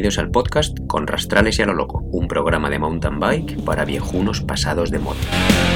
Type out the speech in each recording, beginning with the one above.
Bienvenidos al podcast Con Rastrales y a lo Loco, un programa de mountain bike para viejunos pasados de moda.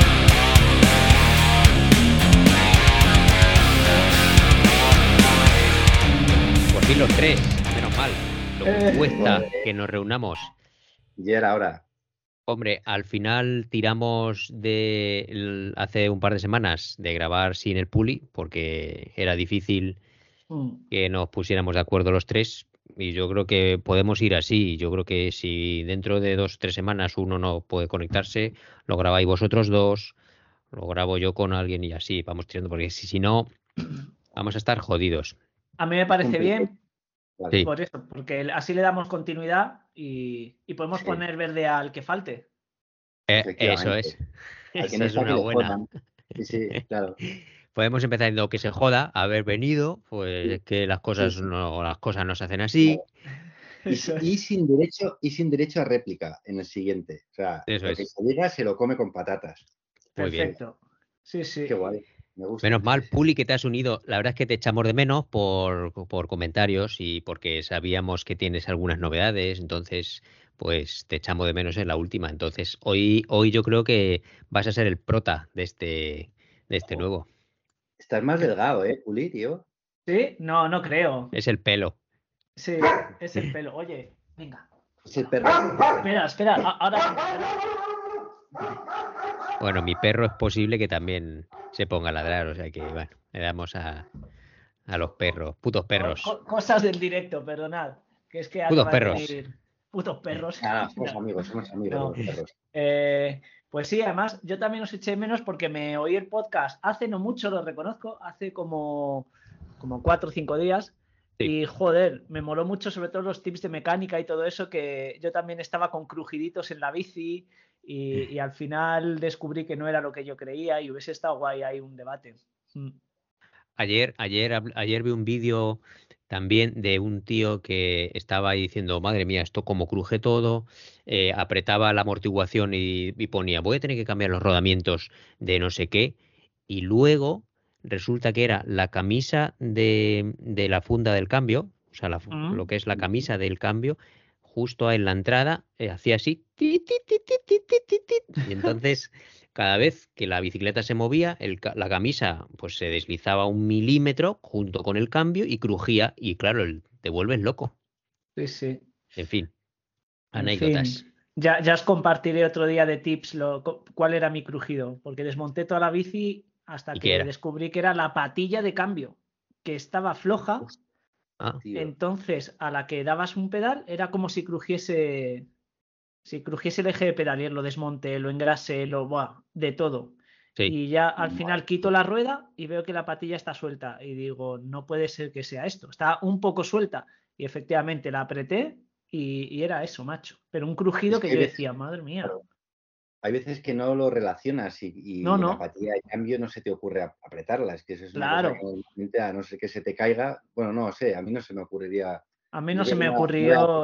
Por fin los tres, menos mal. Lo que cuesta que nos reunamos. Ya era hora. Hombre, al final tiramos hace un par de semanas de grabar sin el Puli, porque era difícil que nos pusiéramos de acuerdo los tres. Y yo creo que podemos ir así. Yo creo que si dentro de 2 o 3 semanas uno no puede conectarse, lo grabáis vosotros dos, lo grabo yo con alguien y así vamos tirando, porque si no, vamos a estar jodidos. A mí me parece bien, Sí. por eso, porque así le damos continuidad y podemos poner verde al que falte. Eso es. Esa es una buena. Sí, claro. Podemos empezar diciendo que se joda haber venido, pues es que las cosas no se hacen así. Y sin derecho a réplica en el siguiente. O sea, Eso lo es. que se diga se lo come con patatas. Muy bien. Perfecto. Sí, sí. Qué guay. Me gusta. Menos mal, Puli, que te has unido. La verdad es que te echamos de menos por comentarios y porque sabíamos que tienes algunas novedades, entonces pues te echamos de menos en la última. Entonces hoy yo creo que vas a ser el prota de este nuevo. Estás más delgado, Puli, tío. ¿Sí? No creo. Es el pelo. Sí, es el pelo. Oye, venga. Es el perro. Espera. Ahora. Bueno, mi perro es posible que también se ponga a ladrar, o sea que, bueno, le damos a los perros, putos perros. Cosas del directo, perdonad. Que es que Putos perros. Putos perros. Somos amigos No. los perros. Pues sí, además, yo también os eché menos porque me oí el podcast hace no mucho, lo reconozco, hace como 4 o 5 días. Sí. Y joder, me moló mucho, sobre todo los tips de mecánica y todo eso, que yo también estaba con crujiditos en la bici y al final descubrí que no era lo que yo creía y hubiese estado guay ahí un debate. Ayer vi un vídeo también de un tío que estaba ahí diciendo, madre mía, esto como cruje todo, apretaba la amortiguación y ponía, voy a tener que cambiar los rodamientos de no sé qué, y luego resulta que era la camisa de la funda del cambio, o sea, lo que es la camisa del cambio, justo en la entrada, hacía así, y entonces cada vez que la bicicleta se movía, la camisa pues se deslizaba 1 milímetro junto con el cambio y crujía, y claro, te vuelves loco. Sí. En fin, anécdotas. En fin, ya os compartiré otro día de tips cuál era mi crujido, porque desmonté toda la bici hasta que descubrí que era la patilla de cambio, que estaba floja. Entonces, a la que dabas un pedal, era como si crujiese el eje de pedal, y lo desmonté, lo engrasé, de todo. Sí. Y ya al final quito la rueda y veo que la patilla está suelta. Y digo, no puede ser que sea esto. Está un poco suelta. Y efectivamente la apreté y era eso, macho. Pero un crujido que yo decía, madre mía. Claro. Hay veces que no lo relacionas y no. la patilla de cambio no se te ocurre apretarla. Es que eso es claro. Una cosa que a no ser que se te caiga. Bueno, no sé, a mí no se me ocurriría. A mí no se me ocurrió.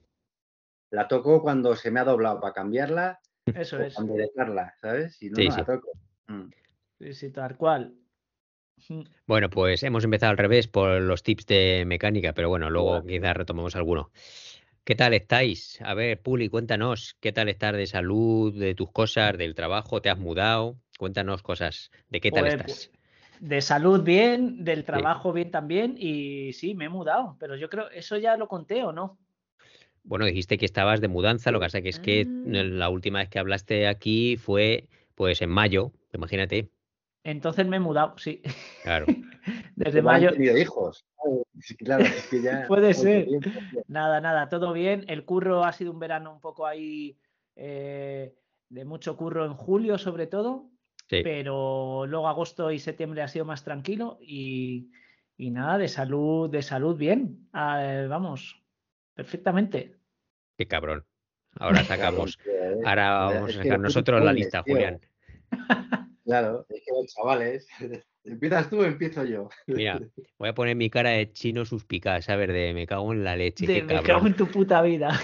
La toco cuando se me ha doblado para cambiarla. Eso es. Cuando dejarla, ¿sabes? Si no, sí. la toco. Sí, tal cual. Bueno, pues hemos empezado al revés por los tips de mecánica, pero bueno, luego quizás retomamos alguno. ¿Qué tal estáis? A ver, Puli, cuéntanos, ¿qué tal estás de salud, de tus cosas, del trabajo? ¿Te has mudado? Cuéntanos cosas, ¿de qué tal estás? De salud bien, del trabajo bien también, y sí, me he mudado, pero yo creo, eso ya lo conté, ¿o no? Bueno, dijiste que estabas de mudanza, lo que pasa que es que la última vez que hablaste aquí fue pues en mayo, imagínate. Entonces me he mudado, sí. Claro. Desde mayo. ¿Han tenido hijos? Claro, es que ya. Puede ser. Nada, todo bien. El curro ha sido un verano un poco ahí de mucho curro en julio, sobre todo. Sí. Pero luego agosto y septiembre ha sido más tranquilo y nada, de salud bien. Vamos, perfectamente. Qué cabrón. Ahora sacamos. Ahora vamos a sacar nosotros la lista, tío. Julián. Claro, es que los chavales. ¿Empiezas tú o empiezo yo? Mira, voy a poner mi cara de chino suspicaz, a ver, de me cago en la leche. Me cago en tu puta vida.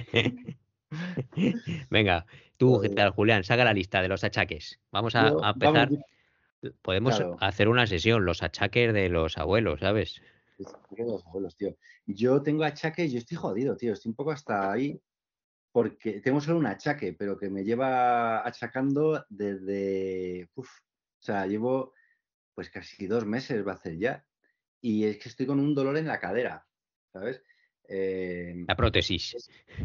Venga, tú, ¿qué tal, Julián? Saca la lista de los achaques. Vamos a empezar. Podemos hacer una sesión, los achaques de los abuelos, ¿sabes? Es de los abuelos, tío. Yo tengo achaques, yo estoy jodido, tío. Estoy un poco hasta ahí porque tengo solo un achaque, pero que me lleva achacando desde... o sea, llevo pues casi 2 meses va a hacer ya. Y es que estoy con un dolor en la cadera, ¿sabes? La prótesis.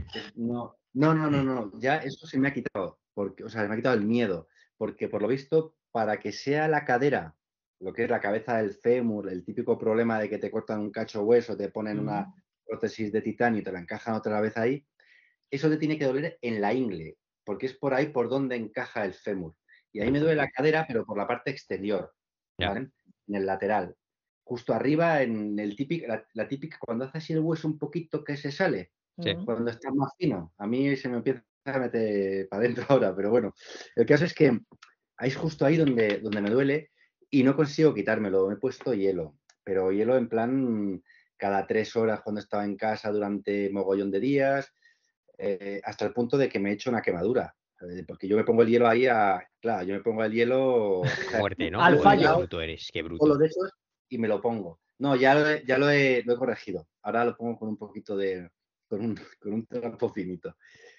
No. Ya eso se me ha quitado. Porque, o sea, se me ha quitado el miedo. Porque por lo visto, para que sea la cadera, lo que es la cabeza del fémur, el típico problema de que te cortan un cacho hueso, te ponen una prótesis de titanio y te la encajan otra vez ahí, eso te tiene que doler en la ingle, porque es por ahí por donde encaja el fémur. Y ahí me duele la cadera, pero por la parte exterior, ¿vale? En el lateral. Justo arriba, en el típico, la típica, cuando hace así el hueso un poquito que se sale, cuando está más fino. A mí se me empieza a meter para adentro ahora, pero bueno. El caso es que es justo ahí donde me duele y no consigo quitármelo. Me he puesto hielo, pero hielo en plan cada 3 horas cuando estaba en casa durante mogollón de días, hasta el punto de que me he hecho una quemadura. Porque yo me pongo el hielo ahí claro, yo me pongo el hielo... Fuerte, ¿no? Al fallo. Qué bruto eres, qué bruto. Solo de esos y me lo pongo. No, ya lo he corregido. Ahora lo pongo con un poquito de... con un trapo finito.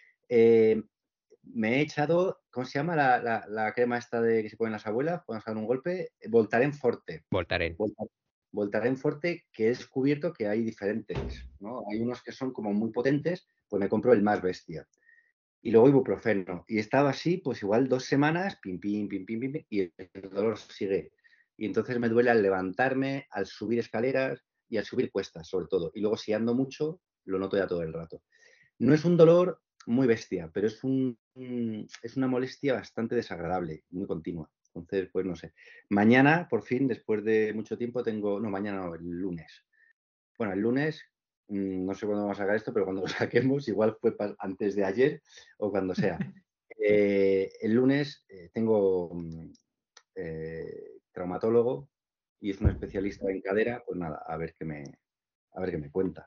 Me he echado, ¿cómo se llama la crema esta que se ponen las abuelas cuando se dan un golpe? Voltaren Forte. Voltaren Forte, que he descubierto que hay diferentes, ¿no? Hay unos que son como muy potentes, pues me compro el más bestia. Y luego ibuprofeno. Y estaba así, pues igual 2 semanas, pim, y el dolor sigue. Y entonces me duele al levantarme, al subir escaleras y al subir cuestas, sobre todo. Y luego si ando mucho, lo noto ya todo el rato. No es un dolor muy bestia, pero es una molestia bastante desagradable, muy continua. Entonces, pues no sé. Mañana, por fin, después de mucho tiempo, mañana no, el lunes. Bueno, el lunes, no sé cuándo vamos a sacar esto, pero cuando lo saquemos, igual fue antes de ayer o cuando sea. El lunes tengo traumatólogo y es un especialista en cadera, pues nada, a ver qué me cuenta.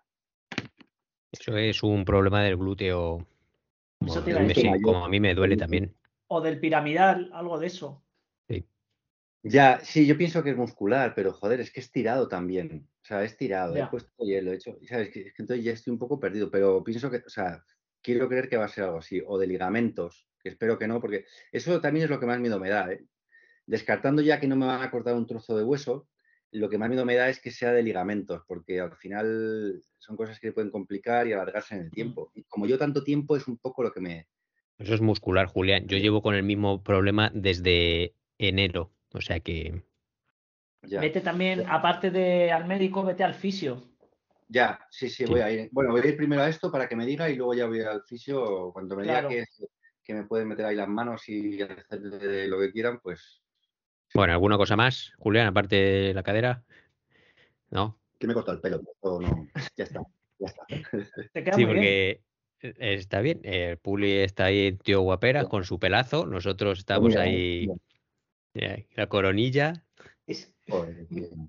Eso es un problema del glúteo, Eso como a mí me duele también. O del piramidal, algo de eso. Sí. Ya, sí, yo pienso que es muscular, pero joder, es que es tirado también. O sea, es tirado, he puesto hielo, he hecho, ¿sabes? Es que entonces ya estoy un poco perdido, pero pienso que, o sea, quiero creer que va a ser algo así, o de ligamentos, que espero que no, porque eso también es lo que más miedo me da, ¿eh? Descartando ya que no me van a cortar un trozo de hueso, lo que más miedo me da es que sea de ligamentos, porque al final son cosas que pueden complicar y alargarse en el tiempo. Y como yo tanto tiempo, es un poco lo que me... Eso es muscular, Julián. Yo llevo con el mismo problema desde enero, o sea que... Ya. Vete también, aparte de al médico, vete al fisio. Ya, sí, voy a ir. Bueno, voy a ir primero a esto para que me diga y luego ya voy al fisio. Cuando me diga que me pueden meter ahí las manos y hacer lo que quieran, pues... Bueno, ¿alguna cosa más, Julián, aparte de la cadera? ¿No? Que me he cortado el pelo. No, ya está. Te queda muy porque bien. Está bien. Puli está ahí, tío guaperas, con su pelazo. Nosotros estamos ahí, la coronilla. Joder,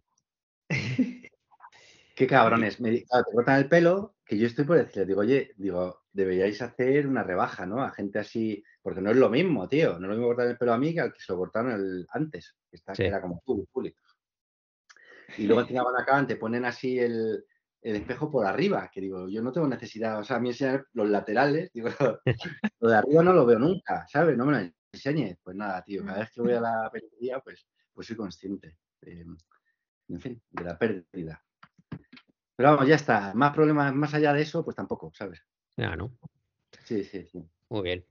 qué cabrones. Te cortan el pelo, que yo estoy por decirles, deberíais hacer una rebaja, ¿no? A gente así, porque no es lo mismo, tío. No es lo mismo cortar el pelo a mí que al que se lo cortaron antes, que era como Puli. Y luego encima cuando acaban te ponen así el espejo por arriba, que digo, yo no tengo necesidad, o sea, a mí enseñar los laterales, digo, lo de arriba no lo veo nunca, ¿sabes? No me lo enseñes. Pues nada, tío, cada vez que voy a la peluquería, pues soy consciente, en fin, de la pérdida. Pero vamos, ya está. Más problemas más allá de eso, pues tampoco, ¿sabes? ¿No? Sí. Muy bien.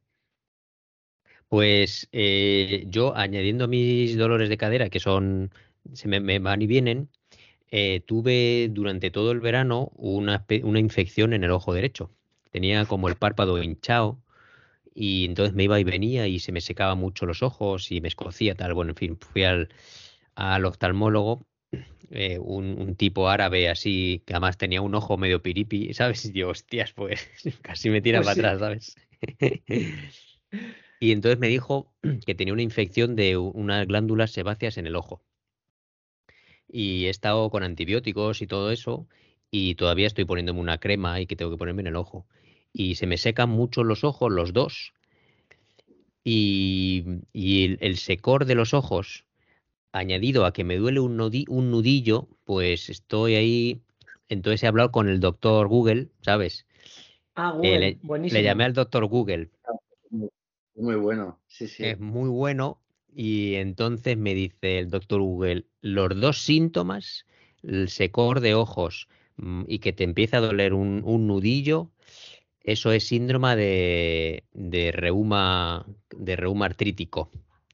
Pues yo, añadiendo mis dolores de cadera, que se me van y vienen, tuve durante todo el verano una infección en el ojo derecho. Tenía como el párpado hinchado y entonces me iba y venía y se me secaba mucho los ojos y me escocía tal. Bueno, en fin, fui al oftalmólogo, un tipo árabe así, que además tenía un ojo medio piripi, ¿sabes? Y yo, hostias, pues casi me tira Pues para atrás, ¿sabes? Y entonces me dijo que tenía una infección de unas glándulas sebáceas en el ojo. Y he estado con antibióticos y todo eso, y todavía estoy poniéndome una crema y que tengo que ponerme en el ojo. Y se me secan mucho los ojos, los dos. Y el secor de los ojos, añadido a que me duele un nudillo, pues estoy ahí Entonces he hablado con el doctor Google, ¿sabes? Google, le llamé buenísimo. al doctor Google. Muy bueno, sí. Es muy bueno y entonces me dice el doctor Google, los dos síntomas, el secor de ojos y que te empieza a doler un nudillo, eso es síndrome de reuma artrítico.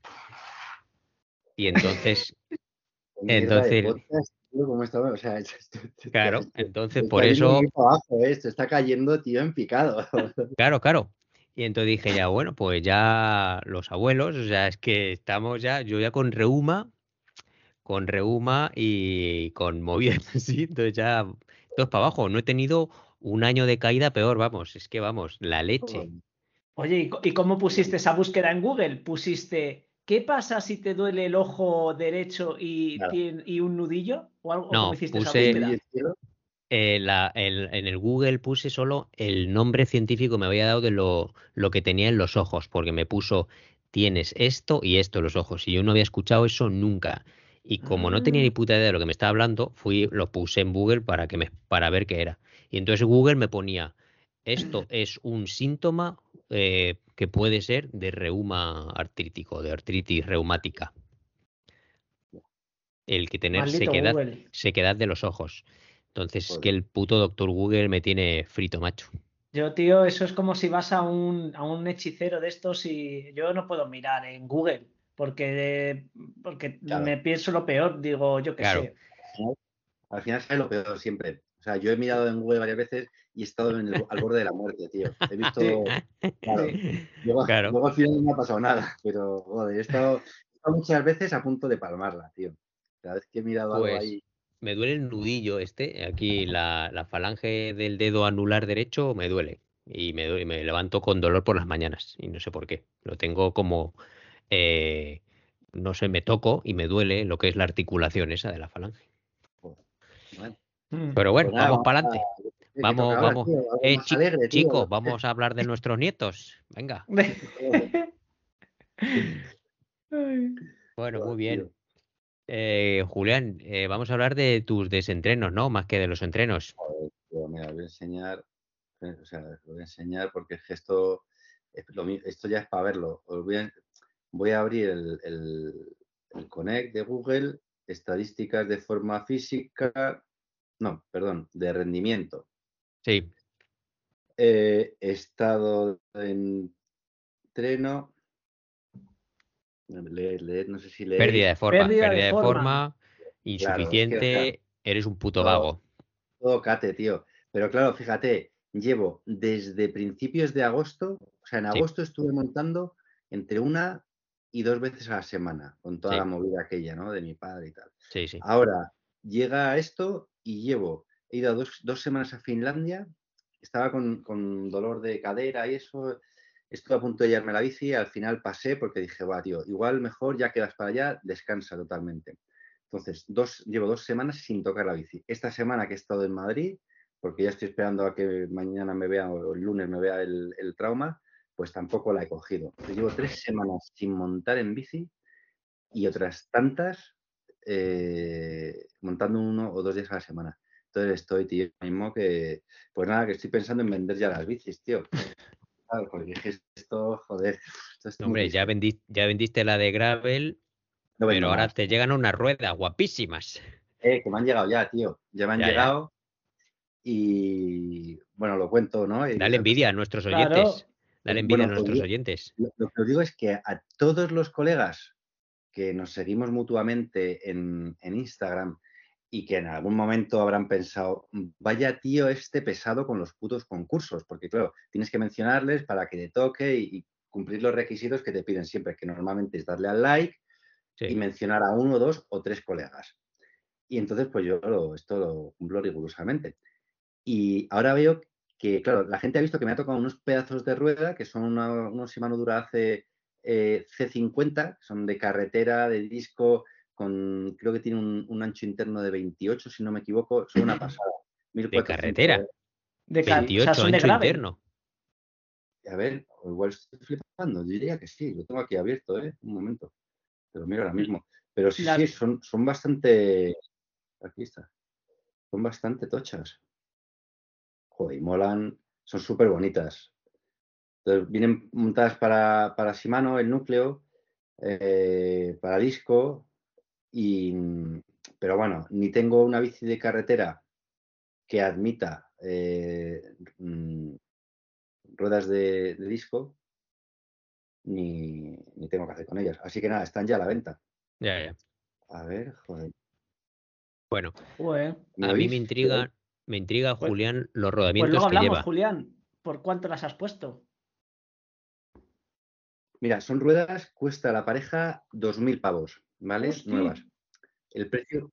Y entonces, Mierda de podcast, tío, ¿cómo está? O sea, claro, entonces está por yendo muy eso, para abajo, esto está cayendo, tío, en picado. claro. Y entonces dije ya, bueno, pues ya los abuelos, o sea, es que estamos ya, yo ya con reuma y con movidas así, entonces ya todo es para abajo. No he tenido un año de caída peor, vamos, es que vamos, la leche. Oye, ¿y cómo pusiste esa búsqueda en Google? ¿Pusiste qué pasa si te duele el ojo derecho y un nudillo? ¿O algo? ¿O cómo No, hiciste esa puse búsqueda? en el Google puse solo el nombre científico que me había dado de lo que tenía en los ojos, porque me puso tienes esto y esto en los ojos, y yo no había escuchado eso nunca. Y como no tenía ni puta idea de lo que me estaba hablando, lo puse en Google para ver qué era. Y entonces Google me ponía, esto es un síntoma que puede ser de reuma artrítico, de artritis reumática. El que tener Maldito Google. sequedad de los ojos. Entonces, que el puto doctor Google me tiene frito, macho. Yo, tío, eso es como si vas a un hechicero de estos y yo no puedo mirar en Google porque Claro. me pienso lo peor, digo, yo qué Claro. sé. Al final es lo peor siempre. O sea, yo he mirado en Google varias veces y he estado al borde de la muerte, tío. He visto... Claro. Sí. Luego al final no me ha pasado nada, pero joder, he estado muchas veces a punto de palmarla, tío. Cada vez que he mirado algo Pues ahí... me duele el nudillo aquí la falange del dedo anular derecho me duele. Y me levanto con dolor por las mañanas. Y no sé por qué. Lo tengo como, eh, no sé, me toco y me duele lo que es la articulación esa de la falange. Bueno, Pero bueno, pues nada, vamos para adelante. ¿qué toca ahora, Vamos. tío? Algo más alegre, Chicos, tío. vamos a hablar de nuestros nietos. Venga. Bueno, muy bien. Tío. Julián, vamos a hablar de tus desentrenos, ¿no? Más que de los entrenos. Joder, tío, mira, os voy a enseñar, o sea, os voy a enseñar porque es que esto ya es para verlo. Voy a abrir el Connect de Google, estadísticas de forma física, no, perdón, de rendimiento. Sí. Estado en entreno. Leer, no sé si Pérdida leéis. de forma. Pérdida de Pérdida de forma. forma, Claro, es que, o sea, insuficiente, eres un puto todo, vago. todo cate, tío. Pero claro, fíjate, llevo desde principios de agosto, o sea, en Sí, agosto estuve montando entre 1 y 2 veces a la semana, con toda la sí, movida aquella, ¿no? De mi padre y tal. sí. Ahora llega esto y he ido 2 semanas a Finlandia, estaba con dolor de cadera y eso, estuve a punto de llevarme la bici, al final pasé porque dije, va, tío, igual mejor ya que vas para allá, descansa totalmente. Entonces, llevo 2 semanas sin tocar la bici. Esta semana que he estado en Madrid, porque ya estoy esperando a que mañana me vea o el lunes me vea el trauma, pues tampoco la he cogido. Entonces, llevo 3 semanas sin montar en bici y otras tantas montando 1 o 2 días a la semana. Entonces estoy, tío, mismo que, pues nada, que estoy pensando en vender ya las bicis, tío. Claro, porque esto, joder, esto es muy Hombre, triste. ya vendiste la de gravel, No pero vendo ahora más. te llegan unas ruedas guapísimas. Que me han llegado ya, tío. Ya me han Ya. llegado y, bueno, lo cuento, ¿no? Dale envidia a nuestros Claro. oyentes. Dale envidia a Bueno, nuestros oyentes. lo que os digo es que a todos los colegas que nos seguimos mutuamente en Instagram y que en algún momento habrán pensado, vaya tío este pesado con los putos concursos, porque claro, tienes que mencionarles para que te toque y cumplir los requisitos que te piden siempre, que normalmente es darle al like y Sí. mencionar a 1, 2 o 3 colegas. Y entonces, pues yo esto lo cumplo rigurosamente. Y ahora veo que, claro, la gente ha visto que me ha tocado unos pedazos de rueda, que son unos Shimano Dura-Ace C50, son de carretera, de disco, creo que tiene un ancho interno de 28, si no me equivoco, son una pasada. De 1400. carretera. Sí, O sea, 28 son de ancho gravel. interno. a ver, igual estoy flipando, yo diría que sí, lo tengo aquí abierto, un momento, pero mira ahora mismo. Pero sí, Las, son bastante... Aquí está. Son bastante tochas. Joder, y molan, son súper bonitas. Entonces, vienen montadas para Shimano, el núcleo, para disco, pero bueno, ni tengo una bici de carretera que admita ruedas de disco, ni tengo que hacer con ellas. Así que nada, están ya a la venta. Ya. A ver, joder. Bueno, ¿Me a mí oís? me intriga, Pues- Julián, los Pues rodamientos luego que hablamos, lleva. Julián. ¿Por cuánto las has puesto? Mira, son ruedas, cuesta la pareja 2.000 pavos, ¿vale? Hostia. Nuevas. El precio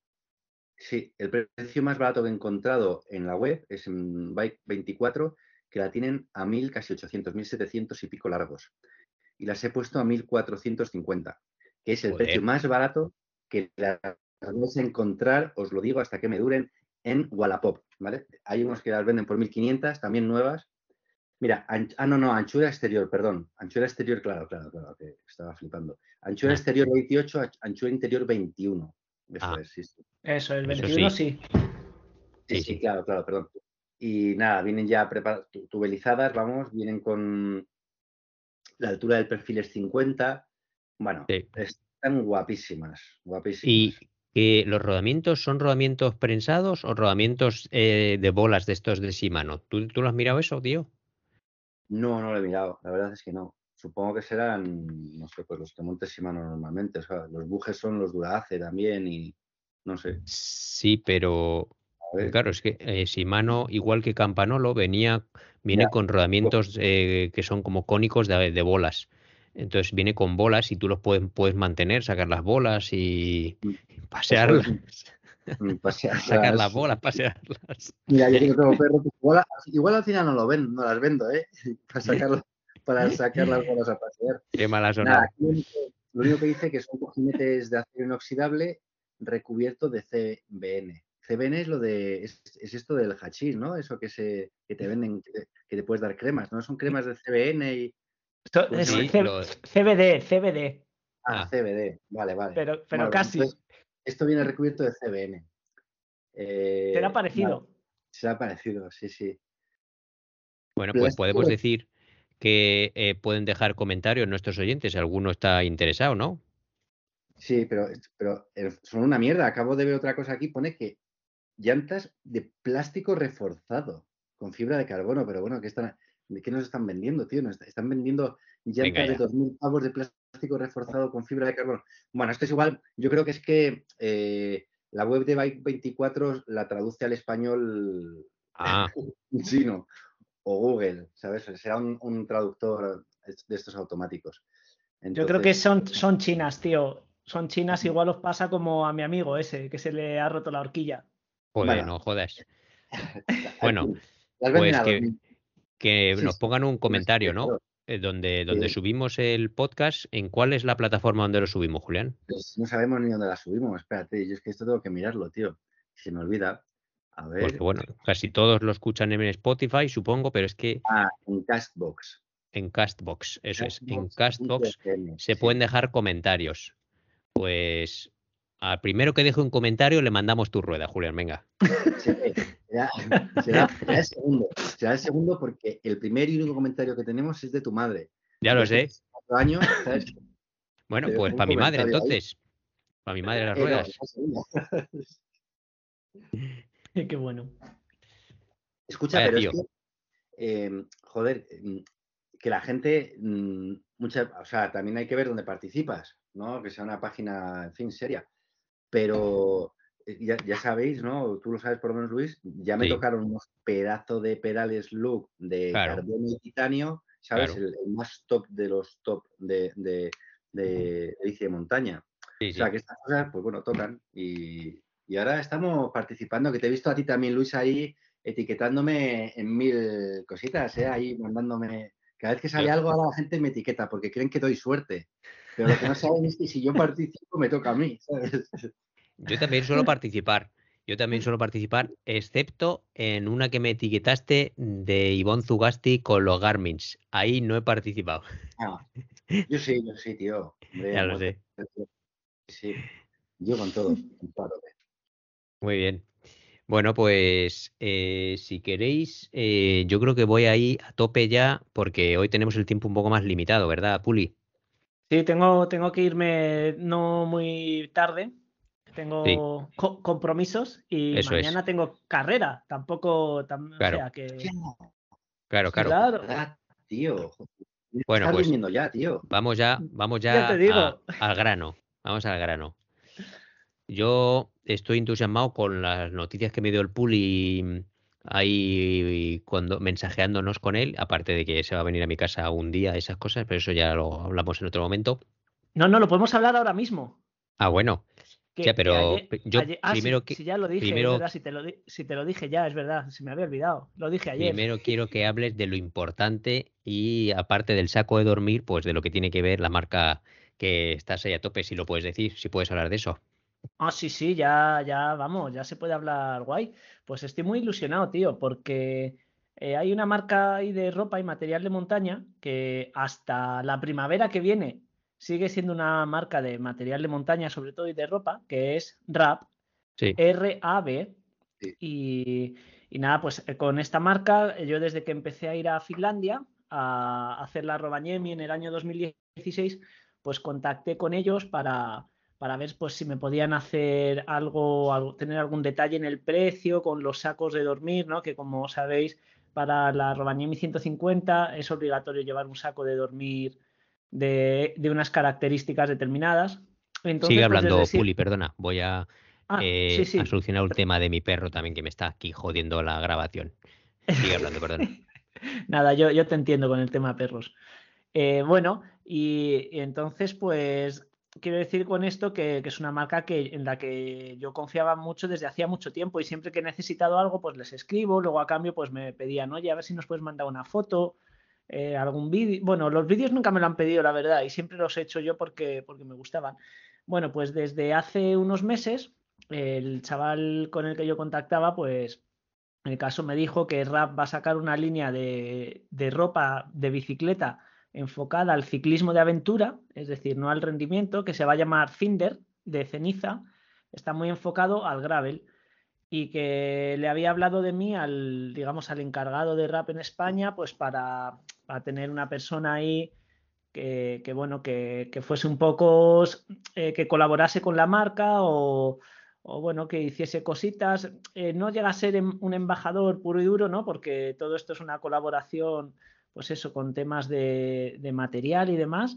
más barato que he encontrado en la web es en Bike24, que la tienen a 1.000, casi 800, 1.700 y pico largos. Y las he puesto a 1.450, que es el precio más barato que las vais a encontrar, os lo digo, hasta que me duren, en Wallapop, ¿vale? Hay unos que las venden por 1.500, también nuevas. Mira, anchura exterior, perdón. Anchura exterior, claro, que estaba flipando. Anchura exterior 28, anchura interior 21. Eso es, sí. Eso, el 21 sí. Sí, claro, perdón. Y nada, vienen ya tubelizadas, vamos, vienen con la altura del perfil es 50. Bueno, están guapísimas. ¿Y los rodamientos son rodamientos prensados o rodamientos de bolas de estos de Shimano? ¿Tú lo has mirado eso, tío? No lo he mirado, la verdad es que no. Supongo que serán, no sé, pues los que monte Shimano normalmente. O sea, los bujes son los Dura-Ace también y no sé. Sí, pero claro, es que Shimano, igual que Campanolo, viene con rodamientos que son como cónicos de bolas. Entonces viene con bolas y tú los puedes mantener, sacar las bolas y pasearlas. Sacar las bolas, pasearlas. Mira, yo que no tengo perro, pues igual al final no las vendo, para sacar las bolas a pasear. Qué mala sonada. Lo único que dice que son cojinetes de acero inoxidable recubierto de CBN. CBN es esto del hachís, ¿no? Eso que te venden, que te puedes dar cremas, ¿no? Son cremas de CBN y... Es CBD. CBD, vale. Pero bueno, casi. Entonces, esto viene recubierto de CBN. ¿Será parecido? Será parecido, sí. Bueno, pues podemos decir que pueden dejar comentarios nuestros oyentes si alguno está interesado, ¿no? Sí, pero son una mierda. Acabo de ver otra cosa aquí. Pone que llantas de plástico reforzado con fibra de carbono. Pero bueno, ¿de qué nos están vendiendo, tío? Nos están vendiendo llantas de 2.000 pavos de plástico reforzado con fibra de carbono. Bueno, esto es igual. Yo creo que es que la web de Bike24 la traduce al español chino o Google, ¿sabes? Será un traductor de estos automáticos. Entonces, yo creo que son chinas, tío. Son chinas, igual os pasa como a mi amigo ese, que se le ha roto la horquilla. Joder, no jodas. Bueno, pues que nos pongan un comentario, ¿no? Donde subimos el podcast. ¿En cuál es la plataforma donde lo subimos, Julián? Pues no sabemos ni dónde la subimos. Espérate, yo es que esto tengo que mirarlo, tío. Se me olvida. A ver. Porque bueno, casi todos lo escuchan en Spotify, supongo, pero es que... en Castbox. En Castbox, eso es. En Castbox se pueden dejar comentarios. Pues al primero que deje un comentario le mandamos tu rueda, Julián, venga. Será el segundo. Será el segundo porque el primer y único comentario que tenemos es de tu madre. Ya lo sé. 4 años, ¿sabes? Bueno, pues para mi madre entonces. Para mi madre las ruedas. Qué bueno. Escucha, pero es que, joder, que la gente, o sea, también hay que ver dónde participas, ¿no? Que sea una página, en fin, seria. Pero ya sabéis, ¿no? Tú lo sabes por lo menos, Luis, ya me tocaron unos pedazos de pedales Look de carbono y titanio, ¿sabes? El más top de los top de bici de montaña. O sea, que estas cosas, pues bueno, tocan. Y ahora estamos participando, que te he visto a ti también, Luis, ahí etiquetándome en 1000 cositas, ahí mandándome... Cada vez que sale algo, ahora la gente me etiqueta porque creen que doy suerte. Pero lo que no saben es que si yo participo, me toca a mí, ¿sabes? Yo también suelo participar. Excepto en una que me etiquetaste de Ivonne Zugasti con los Garmins. Ahí no he participado. Yo sí, tío. Hombre, ya lo sé. Sí, yo con todo. Muy bien. Bueno, pues si queréis, yo creo que voy ahí a tope ya porque hoy tenemos el tiempo un poco más limitado, ¿verdad, Puli? Sí, tengo que irme no muy tarde. Sí, Tengo compromisos y eso es. mañana tengo carrera. Tampoco, o Claro, sea que. claro, Hostia, claro. Claro, tío. Bueno, Estás pues durmiendo ya, tío. vamos ya te ya digo. al grano. Vamos al grano. Yo estoy entusiasmado con las noticias que me dio el Puli ahí cuando mensajeándonos con él, aparte de que se va a venir a mi casa un día, esas cosas, pero eso ya lo hablamos en otro momento. No, lo podemos hablar ahora mismo. Ah, bueno, ya, Que pero ayer, yo sí, primero sí, ya lo dije, es primero, verdad, si te lo dije ya, es verdad, se me había olvidado. Lo dije ayer. primero quiero que hables de lo importante y aparte del saco de dormir, pues de lo que tiene que ver la marca que estás ahí a tope, si lo puedes decir, si puedes hablar de eso. Ah, sí, ya, vamos, ya se puede hablar guay. Pues estoy muy ilusionado, tío, porque hay una marca ahí de ropa y material de montaña que hasta la primavera que viene sigue siendo una marca de material de montaña, sobre todo y de ropa, que es RAB, Sí, RAB. Sí. Y nada, pues con esta marca, yo desde que empecé a ir a Finlandia a hacer la Rovaniemi en el año 2016, pues contacté con ellos para ver pues, si me podían hacer algo, tener algún detalle en el precio con los sacos de dormir, ¿no? Que como sabéis, para la Rovaniemi 150 es obligatorio llevar un saco de dormir de unas características determinadas. sigue Entonces, pues desde hablando, sí. Puli, perdona, voy a Sí. solucionar un tema de mi perro también que me está aquí jodiendo la grabación. Sigue hablando, perdona. Nada, yo te entiendo con el tema perros. Bueno, y entonces, pues quiero decir con esto que es una marca en la que yo confiaba mucho desde hacía mucho tiempo y siempre que he necesitado algo, pues les escribo, luego a cambio, pues me pedían, oye, a ver si nos puedes mandar una foto, algún vídeo. Bueno, los vídeos nunca me lo han pedido, la verdad, y siempre los he hecho yo porque me gustaban. Bueno, pues desde hace unos meses, el chaval con el que yo contactaba, pues en el caso me dijo que RAP va a sacar una línea de ropa de bicicleta enfocada al ciclismo de aventura, es decir, no al rendimiento, que se va a llamar Cinder, de ceniza, está muy enfocado al gravel y que le había hablado de mí digamos, al encargado de RAP en España, pues para tener una persona ahí bueno, que fuese un poco, que colaborase con la marca o bueno, que hiciese cositas. No llega a ser un embajador puro y duro, ¿no? Porque todo esto es una colaboración, pues eso, con temas de material y demás.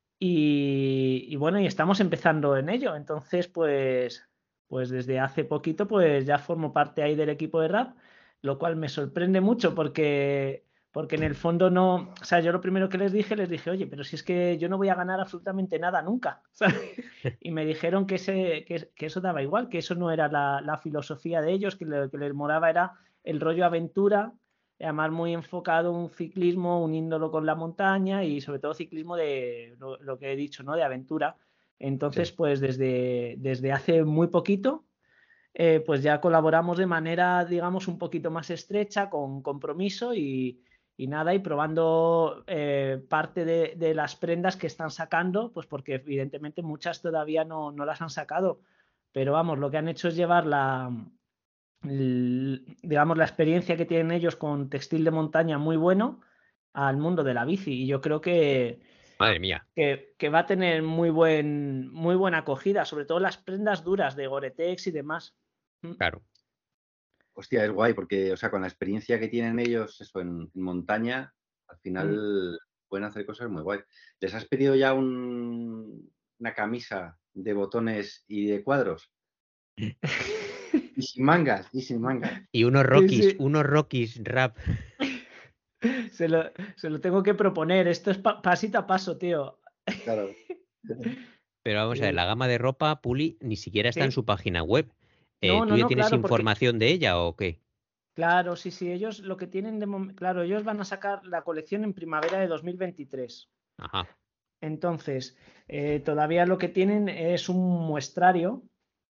Y bueno, y estamos empezando en ello. Entonces, pues desde hace poquito, pues ya formo parte ahí del equipo de rap, lo cual me sorprende mucho porque en el fondo no, o sea, yo lo primero que les dije, oye, pero si es que yo no voy a ganar absolutamente nada nunca, ¿sabes? Y me dijeron que eso daba igual, que eso no era la filosofía de ellos, que lo que les moraba era el rollo aventura, además muy enfocado un ciclismo, uniéndolo con la montaña y sobre todo ciclismo de lo que he dicho, ¿no? De aventura. Entonces, Sí. pues desde hace muy poquito, pues ya colaboramos de manera, digamos, un poquito más estrecha, con compromiso y nada, y probando parte de las prendas que están sacando, pues porque evidentemente muchas todavía no las han sacado, pero vamos, lo que han hecho es llevar digamos, la experiencia que tienen ellos con textil de montaña muy bueno al mundo de la bici y yo creo Madre mía, que va a tener muy buena acogida, sobre todo las prendas duras de Gore-Tex y demás. claro. Hostia, es guay porque, o sea, con la experiencia que tienen ellos, eso, en montaña, al final pueden hacer cosas muy guay. ¿Les has pedido ya una camisa de botones y de cuadros? Y sin mangas, y sin mangas. Y Sí. unos Rockies rap. Se lo tengo que proponer. Esto es pasito a paso, tío. Claro. Pero vamos a ver, la gama de ropa, Puli, ni siquiera está en Sí. su página web. ¿Tú ya No, tienes claro, porque información de ella o qué? claro, sí, ellos lo que tienen claro, ellos van a sacar la colección en primavera de 2023. Ajá. Entonces, todavía lo que tienen es un muestrario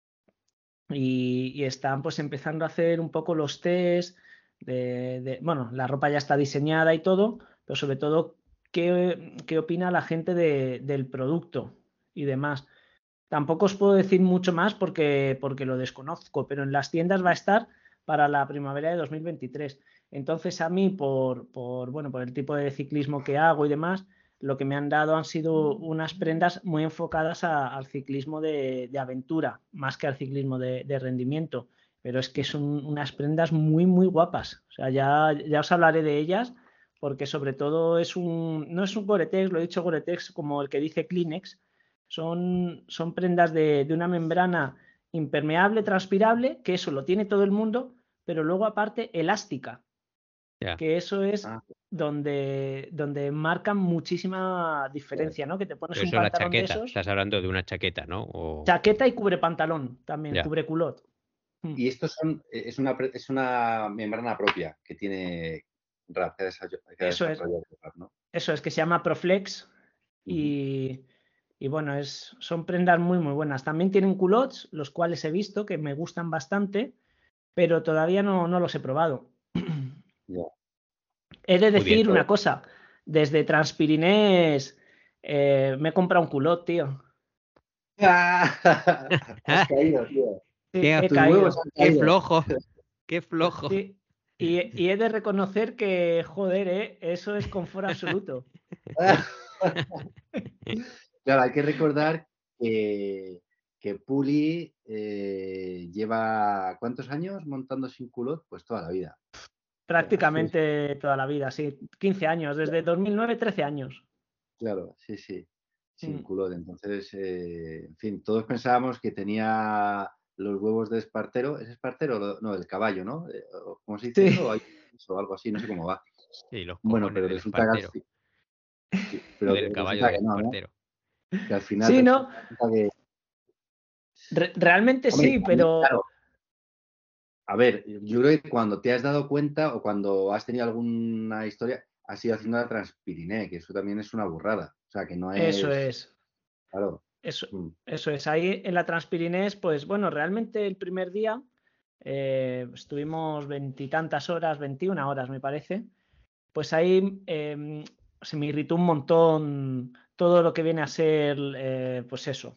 y están pues empezando a hacer un poco los test bueno, la ropa ya está diseñada y todo, pero sobre todo qué opina la gente del producto y demás. Tampoco os puedo decir mucho más porque lo desconozco, pero en las tiendas va a estar para la primavera de 2023. Entonces a mí, por el tipo de ciclismo que hago y demás, lo que me han dado han sido unas prendas muy enfocadas al ciclismo de aventura, más que al ciclismo de rendimiento. Pero es que son unas prendas muy, muy guapas. O sea, ya os hablaré de ellas, porque sobre todo no es un Gore-Tex, lo he dicho Gore-Tex como el que dice Kleenex, son prendas de una membrana impermeable, transpirable, que eso lo tiene todo el mundo, pero luego aparte elástica, que eso es donde marcan muchísima diferencia, ¿no? Que te pones un pantalón de esos. Estás hablando de una chaqueta, ¿no? Chaqueta y cubre pantalón también, cubre culot. Y estos es una membrana propia que tiene RAP. Eso es, que se llama Proflex y bueno, son prendas muy, muy buenas. También tienen culots, los cuales he visto que me gustan bastante, pero todavía no los he probado. He de decir una cosa, desde Transpirinés me he comprado un culot, tío. Has caído, tío. Sí, qué flojo, qué flojo. Sí. Y he de reconocer que, joder, eso es confort absoluto. Claro, hay que recordar que Puli lleva ¿cuántos años montando sin culot? Pues toda la vida. Prácticamente toda la vida, sí. 15 años, desde 2009, 13 años. Claro, sí. Sin culot. Entonces, en fin, todos pensábamos que tenía los huevos de espartero. ¿Es espartero? No, del caballo, ¿no? ¿Cómo se dice eso? O algo así, no sé cómo va. Sí, los bueno, pero resulta que... Sí, pero del caballo de espartero. ¿no? Que al final... Sí, ¿no? Que... Realmente hombre, sí, pero... Claro. A ver, yo creo que cuando te has dado cuenta o cuando has tenido alguna historia, has ido haciendo la Transpiriné, que eso también es una burrada. O sea, que no es... Eso es. Claro. Eso es. Ahí en la Transpirinés, pues bueno, realmente el primer día estuvimos 20 y tantas horas, 21 horas me parece. Pues ahí se me irritó un montón todo lo que viene a ser, pues eso,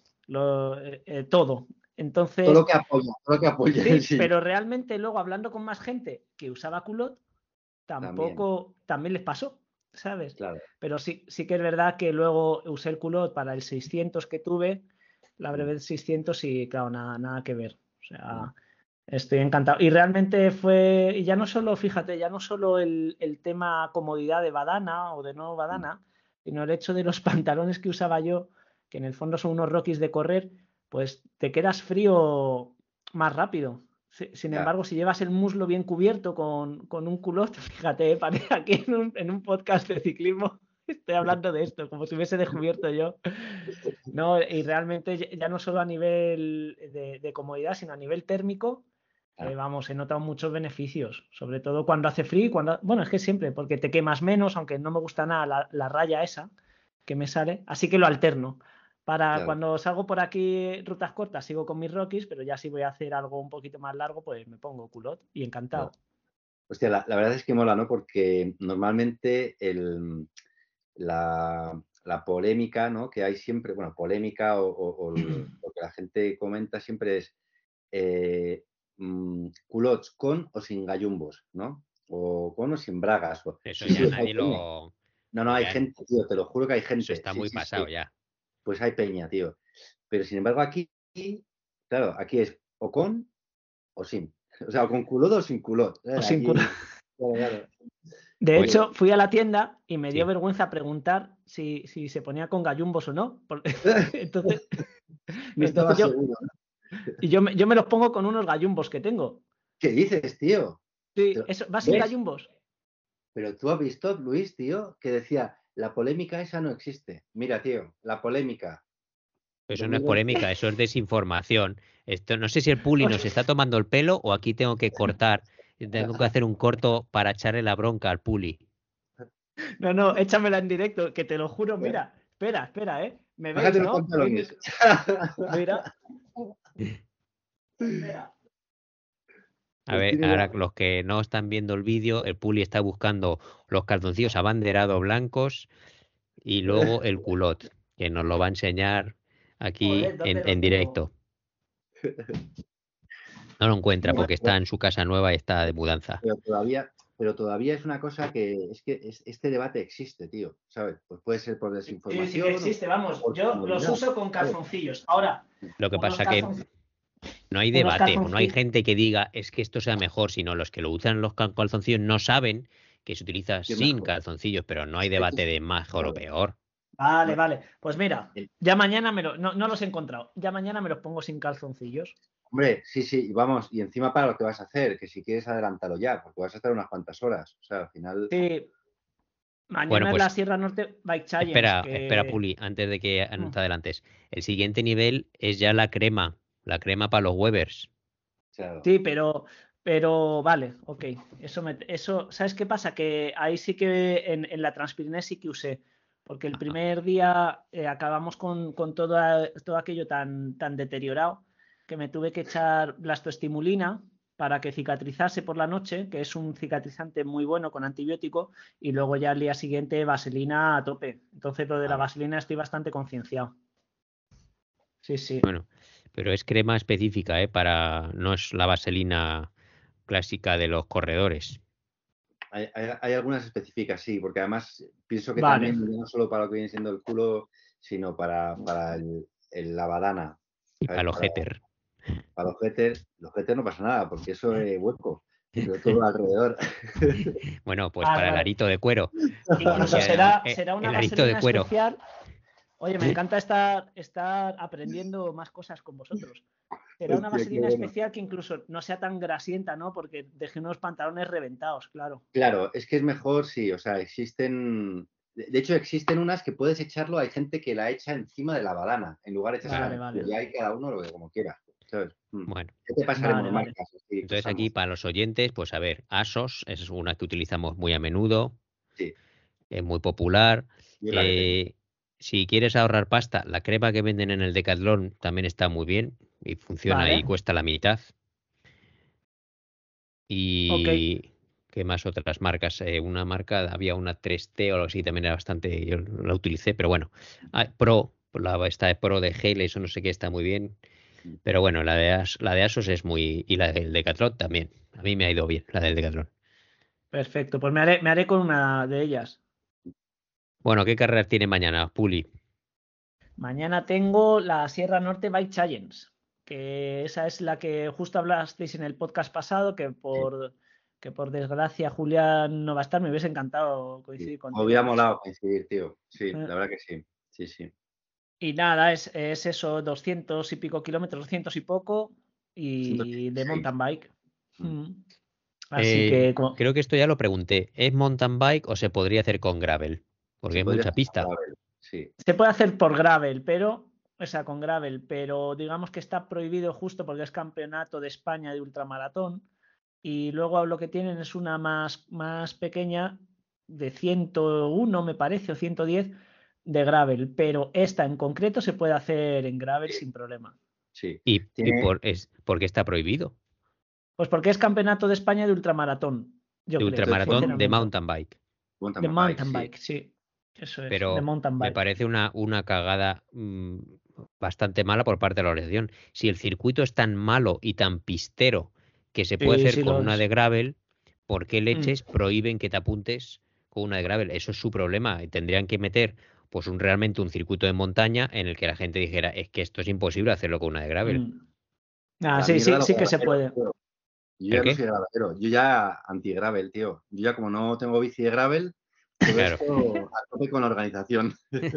todo. Entonces, todo lo que apoya. Sí, pero realmente luego hablando con más gente que usaba culot, también les pasó, ¿sabes? Claro. Pero sí que es verdad que luego usé el culot para el 600 que tuve, la Brevet 600 y claro, nada que ver. O sea, estoy encantado. Y realmente y ya no solo, fíjate, ya no solo el tema comodidad de badana o de no badana, sino el hecho de los pantalones que usaba yo, que en el fondo son unos Rockies de correr, pues te quedas frío más rápido. Sin embargo, si llevas el muslo bien cubierto con un culot, fíjate, parece aquí en un podcast de ciclismo estoy hablando de esto, como si hubiese descubierto yo. No, y realmente ya no solo a nivel de comodidad, sino a nivel térmico, vamos, he notado muchos beneficios, sobre todo cuando hace frío, bueno, es que siempre, porque te quemas menos, aunque no me gusta nada la raya esa que me sale, así que lo alterno. Cuando salgo por aquí rutas cortas sigo con mis Rockies, pero ya si voy a hacer algo un poquito más largo, pues me pongo culot y encantado. Claro. Hostia, la verdad es que mola, ¿no? Porque normalmente la polémica, ¿no? Que hay siempre, bueno, polémica o lo que la gente comenta siempre es culots con o sin gallumbos, ¿no? O con o sin bragas. Eso ya nadie lo... No, hay gente, tío, te lo juro que hay gente. Eso está muy pasado ya. Pues hay peña, tío. Pero sin embargo aquí, claro, aquí es o con o sin. O sea, o con culot o sin culot. O sin culot. Claro. De hecho, fui a la tienda y me dio vergüenza preguntar si se ponía con gallumbos o no. Entonces yo me los pongo con unos gallumbos que tengo. ¿Qué dices, tío? Sí, eso, va sin gallumbos. Pero tú has visto, Luis, tío, que decía, la polémica esa no existe. Mira, tío, la polémica. Eso no es polémica, eso es desinformación. Esto, no sé si el Puli nos está tomando el pelo o aquí tengo que cortar. Tengo que hacer un corto para echarle la bronca al Puli. No, échamela en directo, que te lo juro, mira. Espera, ¿eh? ¿Me veis, no? Mira. A ver, ahora los que no están viendo el vídeo, el Puli está buscando los calzoncillos abanderados blancos y luego el culot, que nos lo va a enseñar aquí en directo. No lo encuentra porque está en su casa nueva y está de mudanza. Pero todavía es una cosa que este debate existe, tío, ¿sabes? Pues puede ser por desinformación. Sí que existe, vamos. Yo los uso con calzoncillos. Ahora, lo que pasa que no hay debate, no hay gente que diga es que esto sea mejor, sino los que lo usan los calzoncillos no saben que se utiliza sin calzoncillos, pero no hay debate de mejor o peor. Vale. Pues mira, ya mañana no los he encontrado. Ya mañana me los pongo sin calzoncillos. Hombre, sí, y vamos, y encima para lo que vas a hacer, que si quieres adelantarlo ya, porque vas a estar unas cuantas horas. O sea, al final. Sí. Mañana es la Sierra Norte Bike Challenge. Espera, Puli, antes de que te adelantes. El siguiente nivel es ya la crema para los Webers. Claro. Sí, pero vale, ok. Eso, ¿sabes qué pasa? Que ahí sí que en la Transpirinés sí que usé, porque el primer día acabamos con todo aquello tan deteriorado que me tuve que echar blastoestimulina para que cicatrizase por la noche, que es un cicatrizante muy bueno con antibiótico, y luego ya al día siguiente vaselina a tope. Entonces lo de la vaselina estoy bastante concienciado. Sí. Bueno, pero es crema específica, no es la vaselina clásica de los corredores. Hay algunas específicas, sí, porque además pienso que también no solo para lo que viene siendo el culo, sino para la badana. Y para los heter. Para los heter no pasa nada, porque eso es hueco. Pero todo alrededor. Bueno, pues para el arito de cuero. Incluso será una vaselina de cuero especial. Oye, me encanta estar aprendiendo más cosas con vosotros. Será una vaselina especial que incluso no sea tan grasienta, ¿no? Porque dejé unos pantalones reventados, claro. Claro, es que es mejor, sí. O sea, existen. De hecho, existen unas que puedes echarlo. Hay gente que la echa encima de la badana, en lugar de echarse. Vale. Ya hay cada uno lo que como quiera. ¿Sabes? Bueno. ¿Qué te pasaremos marcas? Así, entonces aquí para los oyentes, pues a ver, ASOS es una que utilizamos muy a menudo. Sí. Es muy popular. Si quieres ahorrar pasta, la crema que venden en el Decathlon también está muy bien y funciona y cuesta la mitad. Y ¿qué más otras marcas? Una marca, había una 3T o algo así, también era bastante, yo la utilicé, pero bueno. Esta de Pro de gel, eso no sé qué, está muy bien. Pero bueno, la de ASOS es muy... Y la del Decathlon también. A mí me ha ido bien, la del Decathlon. Perfecto, pues me haré con una de ellas. Bueno, ¿qué carreras tiene mañana, Puli? Mañana tengo la Sierra Norte Bike Challenge, que esa es la que justo hablasteis en el podcast pasado, que por desgracia Julián no va a estar. Me hubiese encantado coincidir contigo. Me hubiera molado coincidir, tío. Sí, la verdad que sí. Sí. Y nada, es eso, 200 y pico kilómetros, 200 y poco, y de mountain bike. Así que... Creo que esto ya lo pregunté. ¿Es mountain bike o se podría hacer con gravel? Porque hay mucha pista. Sí. Se puede hacer por gravel, con gravel, pero digamos que está prohibido justo porque es campeonato de España de ultramaratón. Y luego lo que tienen es una más pequeña de 101, me parece, o 110 de gravel, pero esta en concreto se puede hacer en gravel sin problema. Sí. ¿Y por qué está prohibido? Pues porque es campeonato de España de ultramaratón. Ultramaratón de mountain bike. De mountain bike, sí. Eso es, pero de mountain bike. Me parece una cagada bastante mala por parte de la organización. Si el circuito es tan malo y tan pistero que se puede hacer con una de gravel, ¿por qué leches prohíben que te apuntes con una de gravel? Eso es su problema. Tendrían que meter pues realmente un circuito de montaña en el que la gente dijera, es que esto es imposible hacerlo con una de gravel. Sí que se puede. Yo ya no soy gravelero, yo ya anti-gravel, tío. Yo ya como no tengo bici de gravel, todo esto a tope con la organización.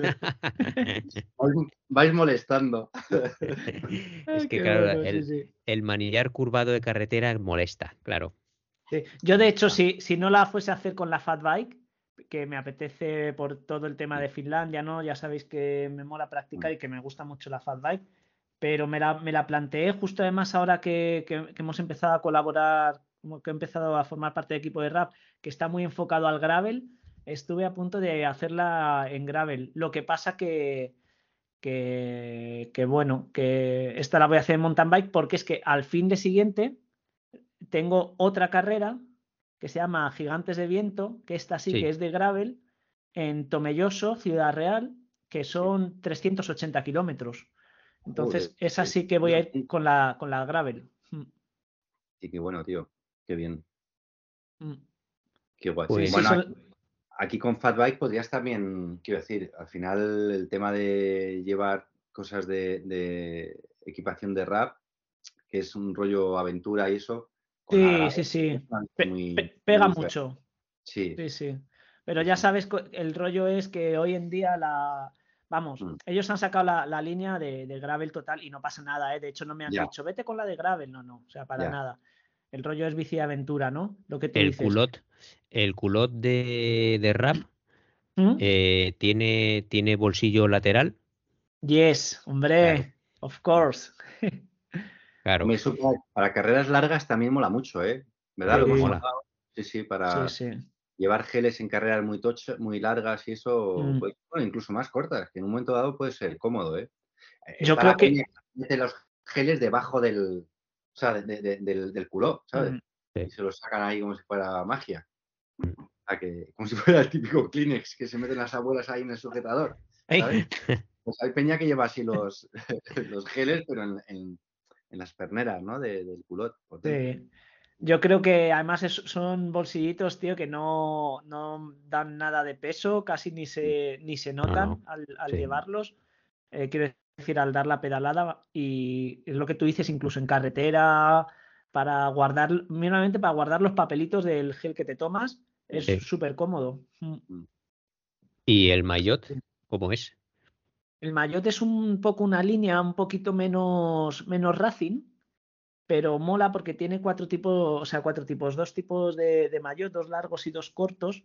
Vais molestando. Es que claro, el manillar curvado de carretera molesta, claro. Sí. Yo de hecho, si no la fuese a hacer con la Fat Bike, que me apetece por todo el tema de Finlandia, ¿no? Ya sabéis que me mola practicar y que me gusta mucho la Fat Bike, pero me la planteé justo además ahora que hemos empezado a colaborar, que he empezado a formar parte del equipo de rap, que está muy enfocado al gravel. Estuve a punto de hacerla en gravel. Lo que pasa que bueno, que esta la voy a hacer en mountain bike porque es que al fin de siguiente tengo otra carrera que se llama Gigantes de Viento, que esta sí que es de gravel, en Tomelloso, Ciudad Real, que son 380 kilómetros. Entonces, esa sí que voy a ir con la gravel. Sí, qué bueno, tío. Qué bien. Mm. Qué guay. Pues, bueno, aquí con Fatbike podrías también, quiero decir, al final el tema de llevar cosas de equipación de rap, que es un rollo aventura y eso, con la grava, sí. muy Pega diferente. mucho. Sí. Sí. Pero ya Sí. sabes, el rollo es que hoy en día Vamos, ellos han sacado la línea de gravel total y no pasa nada, ¿eh? De hecho, no me han dicho, vete con la de gravel. No, o sea, para nada. El rollo es bici de aventura, ¿no? Lo que tú dices. El culot de rap tiene bolsillo lateral. Yes, hombre, Claro. of course. Claro. Eso para carreras largas también mola mucho, ¿eh? ¿Verdad? Sí, Lo hemos mola. hablado. Sí, para Sí. llevar geles en carreras muy largas y eso, pues, bueno, incluso más cortas, que en un momento dado puede ser cómodo, ¿eh? Yo creo que mete los geles debajo del culot, ¿sabes? Sí. Y se los sacan ahí como si fuera magia. O sea, como si fuera el típico Kleenex que se meten las abuelas ahí en el sujetador, ¿sabes? Pues hay peña que lleva así los geles, pero en las perneras, ¿no? Del culot. Por dentro. Sí. Yo creo que además son bolsillitos, tío, que no dan nada de peso, casi ni se notan al llevarlos. Quiero decir, al dar la pedalada. Y es lo que tú dices, incluso en carretera, mínimamente para guardar los papelitos del gel que te tomas, es súper cómodo. ¿Y el maillot cómo es? El maillot es un poco una línea un poquito menos racing, pero mola porque tiene cuatro tipos, dos tipos de maillot, dos largos y dos cortos,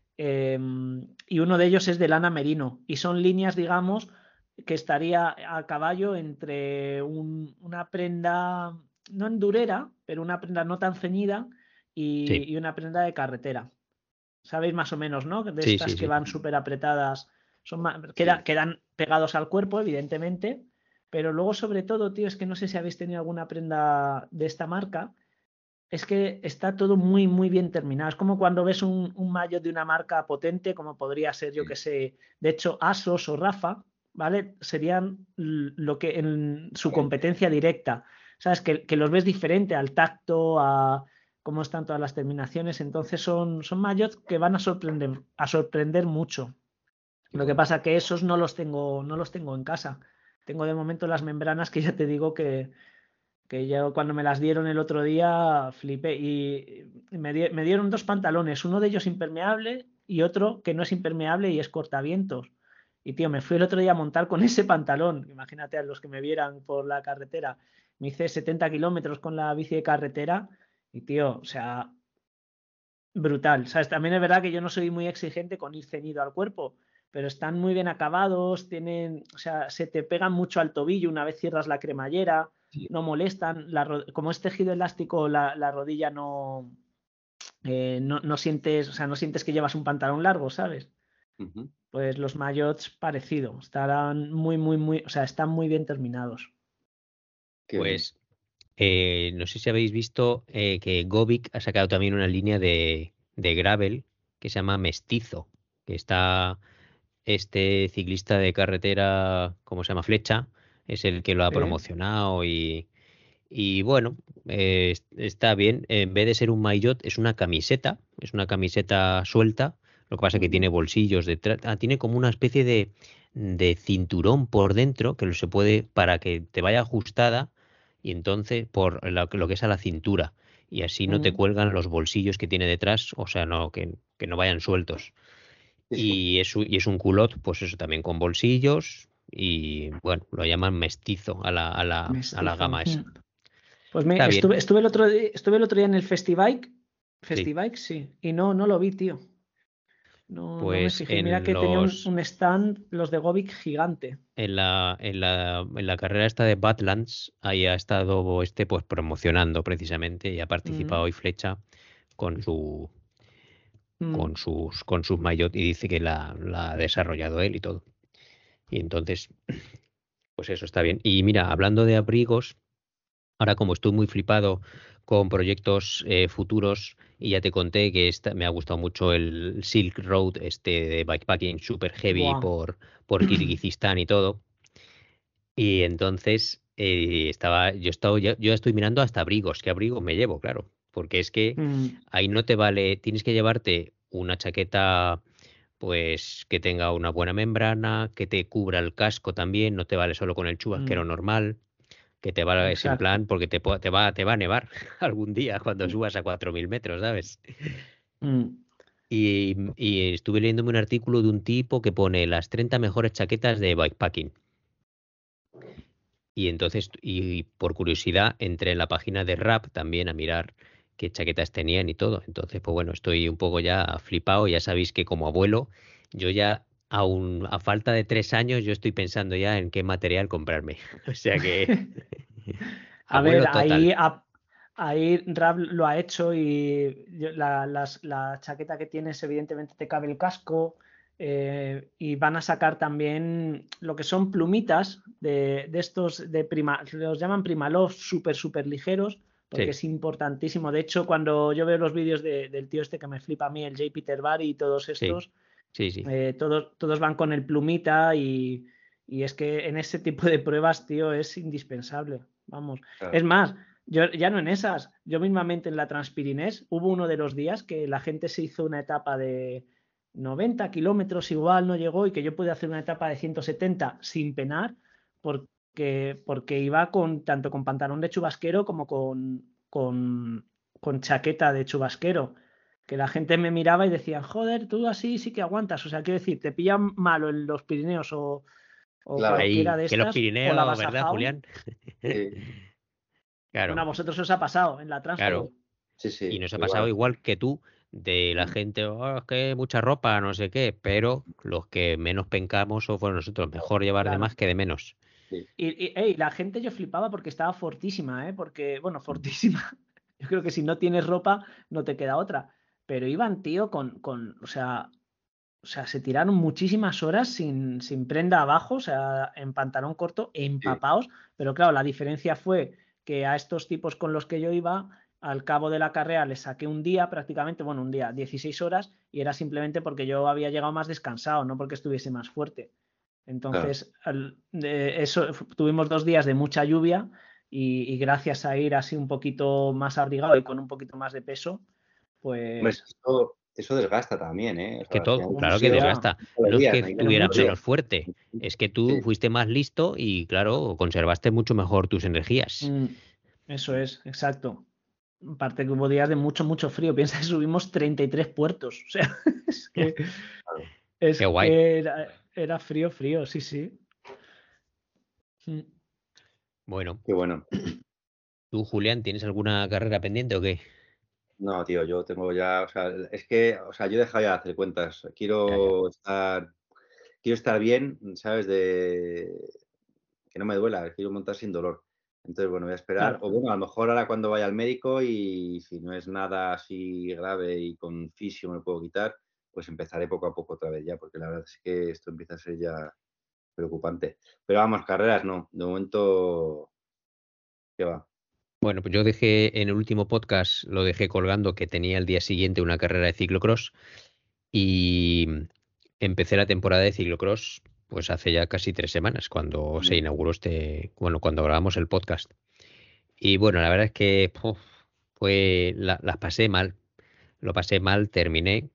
y uno de ellos es de lana merino, y son líneas, digamos, que estaría a caballo entre una prenda, no endurera, pero una prenda no tan ceñida y una prenda de carretera. Sabéis más o menos, ¿no? De estas que van súper apretadas, quedan pegados al cuerpo, evidentemente. Pero luego, sobre todo, tío, es que no sé si habéis tenido alguna prenda de esta marca, es que está todo muy, muy bien terminado. Es como cuando ves un maillot de una marca potente, como podría ser, yo que sé, de hecho, Asos o Rafa, ¿vale? Serían lo que en su competencia directa. ¿Sabes? Que los ves diferente al tacto, a cómo están todas las terminaciones. Entonces son maillots que van a sorprender mucho. Lo que pasa que esos no los tengo en casa. Tengo de momento las membranas que ya te digo que yo cuando me las dieron el otro día flipé y me dieron dos pantalones, uno de ellos impermeable y otro que no es impermeable y es cortavientos. Y tío, me fui el otro día a montar con ese pantalón. Imagínate a los que me vieran por la carretera. Me hice 70 kilómetros con la bici de carretera y tío, o sea, brutal. ¿Sabes? También es verdad que yo no soy muy exigente con ir ceñido al cuerpo, pero están muy bien acabados, o sea, se te pegan mucho al tobillo una vez cierras la cremallera, no molestan, como es tejido elástico, la rodilla no sientes, o sea, no sientes que llevas un pantalón largo, ¿sabes? Pues los maillots parecido, estarán muy, o sea, están muy bien terminados. Pues no sé si habéis visto que Govic ha sacado también una línea de gravel que se llama Mestizo, que está este ciclista de carretera, ¿cómo se llama? Flecha, es el que lo ha promocionado y bueno, está bien. En vez de ser un maillot, es una camiseta suelta. Lo que pasa es que tiene bolsillos detrás. Tiene como una especie de cinturón por dentro que se puede, para que te vaya ajustada y entonces por lo que es a la cintura. Y así no te cuelgan los bolsillos que tiene detrás, o sea, que no vayan sueltos. Y es un culot, pues eso, también con bolsillos y bueno, lo llaman mestizo a la gama esa. Pues estuve el otro día en el Festibike, sí, y no lo vi, tío. No me fijé. Mira que tenía un stand, los de Govic, gigante. En la carrera esta de Badlands, ahí ha estado pues promocionando precisamente y ha participado hoy Flecha con sus maillot y dice que la ha desarrollado él y todo. Y entonces, pues eso está bien. Y mira, hablando de abrigos, ahora como estoy muy flipado con proyectos futuros y ya te conté que me ha gustado mucho el Silk Road de bikepacking super heavy por Kirguistán y todo. Y entonces yo estoy mirando hasta abrigos. ¿Qué abrigo me llevo? Claro, porque es que ahí no te vale, tienes que llevarte una chaqueta pues que tenga una buena membrana, que te cubra el casco también, no te vale solo con el chubasquero normal, que te va es en plan porque te va a nevar algún día cuando subas a 4.000 metros, ¿sabes? Y estuve leyéndome un artículo de un tipo que pone las 30 mejores chaquetas de bikepacking. Y entonces, y por curiosidad, entré en la página de RAP también a mirar qué chaquetas tenían y todo. Entonces, pues bueno, estoy un poco ya flipado. Ya sabéis que como abuelo, yo ya, aún a falta de 3 años, yo estoy pensando ya en qué material comprarme. O sea que... A ver, ahí Rap lo ha hecho y la chaqueta que tienes evidentemente te cabe el casco. Y van a sacar también lo que son plumitas de estos los llaman Primaloft súper ligeros, porque es importantísimo. De hecho, cuando yo veo los vídeos del tío este que me flipa a mí, el J. Peter Barry y todos estos, todos van con el plumita y es que en ese tipo de pruebas, tío, es indispensable. Vamos. Claro. Es más, yo ya no en esas, yo mismamente en la Transpirinés hubo uno de los días que la gente se hizo una etapa de 90 kilómetros igual no llegó y que yo pude hacer una etapa de 170 sin penar porque iba tanto con pantalón de chubasquero como con chaqueta de chubasquero, que la gente me miraba y decía, joder, tú así sí que aguantas, o sea, quiero decir, te pillan malo en los Pirineos o cualquiera de estas, que los Pirineos, o la ¿verdad, Julián? Sí. Claro. Bueno, a vosotros os ha pasado en la Transpiro. Claro. Sí. Y nos ha pasado igual que tú, de la gente, es que mucha ropa, no sé qué, pero los que menos pencamos o fueron nosotros, mejor llevar de más que de menos. Sí. Y la gente yo flipaba porque estaba fortísima, porque, bueno, fortísima. Yo creo que si no tienes ropa no te queda otra. Pero iban, tío, o sea, se tiraron muchísimas horas sin prenda abajo, o sea, en pantalón corto, empapados. Pero claro, la diferencia fue que a estos tipos con los que yo iba, al cabo de la carrera les saqué un día prácticamente, bueno, un día, 16 horas, y era simplemente porque yo había llegado más descansado, no porque estuviese más fuerte. Entonces, tuvimos 2 días de mucha lluvia y gracias a ir así un poquito más abrigado y con un poquito más de peso, pues... Eso desgasta también, ¿eh? O sea, que todo, claro que desgasta. No es que estuvieras menos fuerte, es que tú fuiste más listo y, claro, conservaste mucho mejor tus energías. Eso es, exacto. Aparte que hubo días de mucho frío. Piensa que subimos 33 puertos. O sea, es que... Es Qué guay. Que era frío, sí. Bueno. Qué bueno. ¿Tú, Julián, tienes alguna carrera pendiente o qué? No, tío, yo tengo ya, o sea, es que, o sea, yo he dejado ya de hacer cuentas. Quiero estar bien, ¿sabes? Que no me duela, quiero montar sin dolor. Entonces, bueno, voy a esperar. Claro. O bueno, a lo mejor ahora cuando vaya al médico y si no es nada así grave y con fisio me puedo quitar, pues empezaré poco a poco otra vez ya, porque la verdad es que esto empieza a ser ya preocupante. Pero vamos, carreras no, de momento, ¿qué va? Bueno, pues yo dejé en el último podcast, lo dejé colgando que tenía el día siguiente una carrera de ciclocross y empecé la temporada de ciclocross pues hace ya casi 3 semanas cuando se inauguró cuando grabamos el podcast. Y bueno, la verdad es que las pasé mal, lo pasé mal, terminé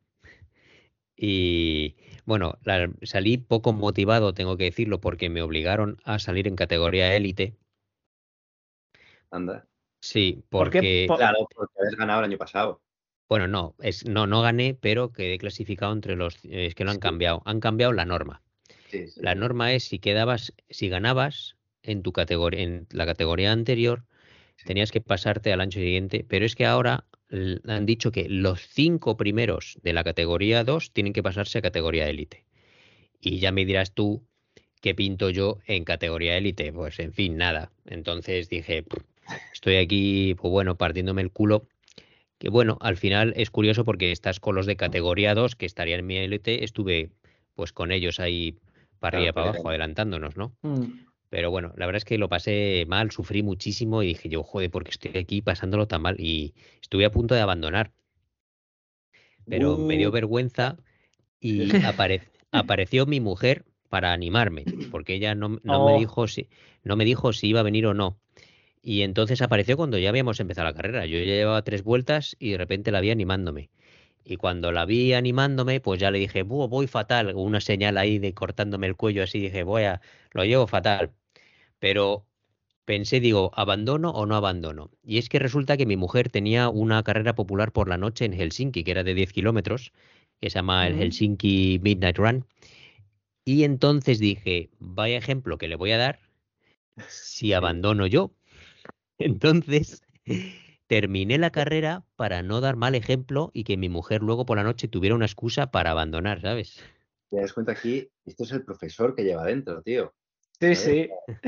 y bueno, salí poco motivado, tengo que decirlo, porque me obligaron a salir en categoría élite. Anda. Sí, porque... Claro, porque habías ganado el año pasado. Bueno, no gané, pero quedé clasificado entre los... Es que lo han cambiado. Han cambiado la norma. La norma es si ganabas en tu categoría, en la categoría anterior, tenías que pasarte al año siguiente, pero es que ahora han dicho que los 5 primeros de la categoría 2 tienen que pasarse a categoría élite. Y ya me dirás tú qué pinto yo en categoría élite. Pues en fin, nada. Entonces dije, estoy aquí, pues bueno, partiéndome el culo. Que bueno, al final es curioso porque estás con los de categoría 2, que estarían en mi élite, estuve pues con ellos ahí para arriba y para abajo, adelantándonos, ¿no? Pero bueno, la verdad es que lo pasé mal, sufrí muchísimo y dije yo, joder, porque estoy aquí pasándolo tan mal y estuve a punto de abandonar. Pero me dio vergüenza y apareció mi mujer para animarme, porque ella no me dijo si iba a venir o no. Y entonces apareció cuando ya habíamos empezado la carrera. Yo ya llevaba 3 vueltas y de repente la vi animándome. Y cuando la vi animándome, pues ya le dije, voy fatal, una señal ahí de cortándome el cuello así, dije, lo llevo fatal. Pero pensé, digo, ¿abandono o no abandono? Y es que resulta que mi mujer tenía una carrera popular por la noche en Helsinki, que era de 10 kilómetros, que se llama el Helsinki Midnight Run. Y entonces dije, vaya ejemplo que le voy a dar si abandono yo. Entonces terminé la carrera para no dar mal ejemplo y que mi mujer luego por la noche tuviera una excusa para abandonar, ¿sabes? Te das cuenta aquí, esto es el profesor que lleva dentro, tío. Sí, ¿sabes?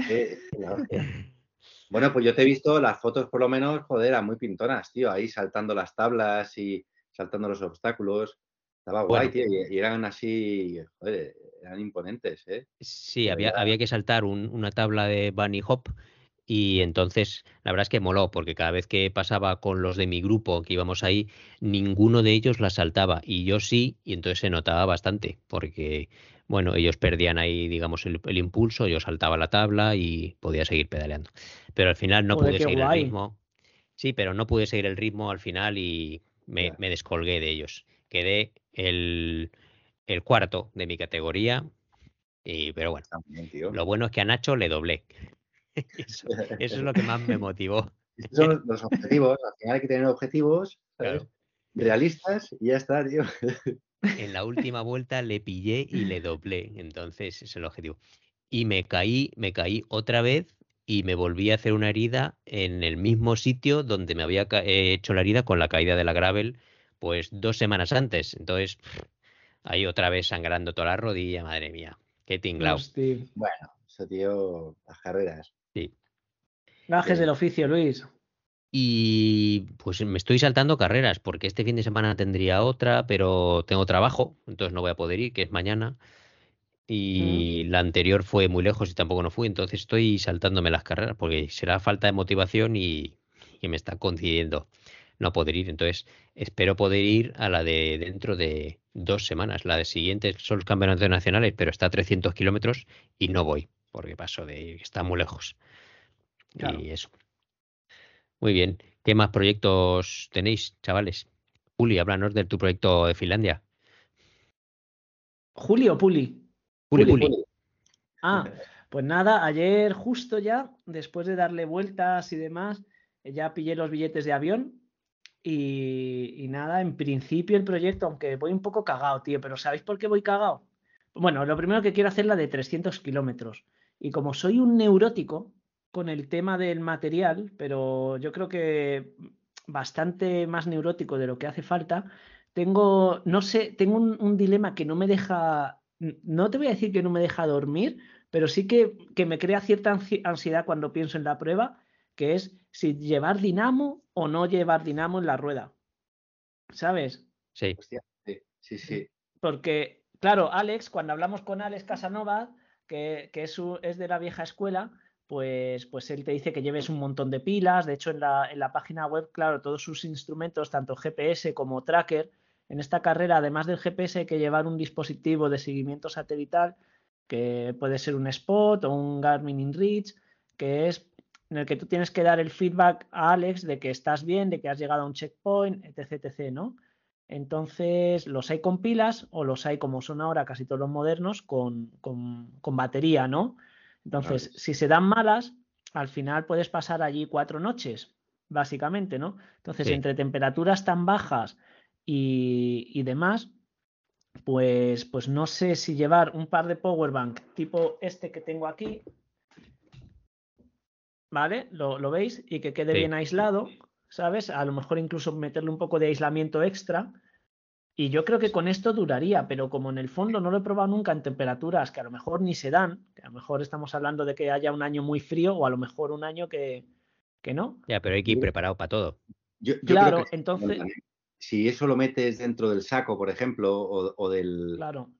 Bueno, pues yo te he visto las fotos, por lo menos, joder, muy pintonas, tío, ahí saltando las tablas y saltando los obstáculos. Estaba guay, tío, y eran así, joder, eran imponentes, ¿eh? Sí, había que saltar una tabla de bunny hop y entonces la verdad es que moló porque cada vez que pasaba con los de mi grupo que íbamos ahí, ninguno de ellos la saltaba y yo sí, y entonces se notaba bastante porque, bueno, ellos perdían ahí, digamos, el impulso, yo saltaba la tabla y podía seguir pedaleando. Pero al final no pude seguir el ritmo. Sí, pero no pude seguir el ritmo al final y me descolgué de ellos. Quedé el cuarto de mi categoría. Pero bueno, bien, tío. Lo bueno es que a Nacho le doblé. Eso es lo que más me motivó. Estos son los objetivos. Al final hay que tener objetivos, ¿sabes? Claro. Realistas y ya está, tío. En la última vuelta le pillé y le doblé. Entonces ese es el objetivo. Y me caí otra vez y me volví a hacer una herida en el mismo sitio donde me había hecho la herida con la caída de la gravel, pues 2 semanas antes. Entonces, ahí otra vez sangrando toda la rodilla, madre mía. Qué tinglao. Bueno, eso, tío, las carreras. Sí. Gajes del oficio, Luis. Y pues me estoy saltando carreras, porque este fin de semana tendría otra, pero tengo trabajo, entonces no voy a poder ir, que es mañana. Y la anterior fue muy lejos y tampoco no fui, entonces estoy saltándome las carreras, porque será falta de motivación y me está coincidiendo no poder ir. Entonces espero poder ir a la de dentro de 2 semanas. La de siguiente son los campeonatos nacionales, pero está a 300 kilómetros y no voy, porque paso de que está muy lejos. Claro. Y eso. Muy bien. ¿Qué más proyectos tenéis, chavales? Juli, háblanos de tu proyecto de Finlandia. ¿Juli o Puli? Puli. Ah, pues nada, ayer justo ya, después de darle vueltas y demás, ya pillé los billetes de avión y nada, en principio el proyecto, aunque voy un poco cagado, tío, pero ¿sabéis por qué voy cagado? Bueno, lo primero que quiero hacer es la de 300 kilómetros. Y como soy un neurótico con el tema del material, pero yo creo que bastante más neurótico de lo que hace falta, tengo un dilema que no me deja, no te voy a decir que no me deja dormir, pero sí que me crea cierta ansiedad cuando pienso en la prueba, que es si llevar dinamo o no llevar dinamo en la rueda. ¿Sabes? Sí. Hostia, sí. Porque, claro, Alex, cuando hablamos con Alex Casanova, que es de la vieja escuela, pues él te dice que lleves un montón de pilas. De hecho, en la página web, claro, todos sus instrumentos, tanto GPS como tracker, en esta carrera, además del GPS, hay que llevar un dispositivo de seguimiento satelital, que puede ser un Spot o un Garmin InReach, que es en el que tú tienes que dar el feedback a Alex de que estás bien, de que has llegado a un checkpoint, etc., ¿no? Entonces, los hay con pilas o los hay, como son ahora casi todos los modernos, con batería, ¿no? Entonces, si se dan malas, al final puedes pasar allí 4 noches, básicamente, ¿no? Entonces, entre temperaturas tan bajas y demás, pues no sé si llevar un par de powerbank tipo este que tengo aquí, ¿vale? ¿Lo veis? Y que quede bien aislado, ¿sabes? A lo mejor incluso meterle un poco de aislamiento extra. Y yo creo que con esto duraría, pero como en el fondo no lo he probado nunca en temperaturas que a lo mejor ni se dan, que a lo mejor estamos hablando de que haya un año muy frío o a lo mejor un año que no. Ya, pero hay que ir preparado para todo. Yo claro, creo que entonces... Si eso lo metes dentro del saco, por ejemplo, o del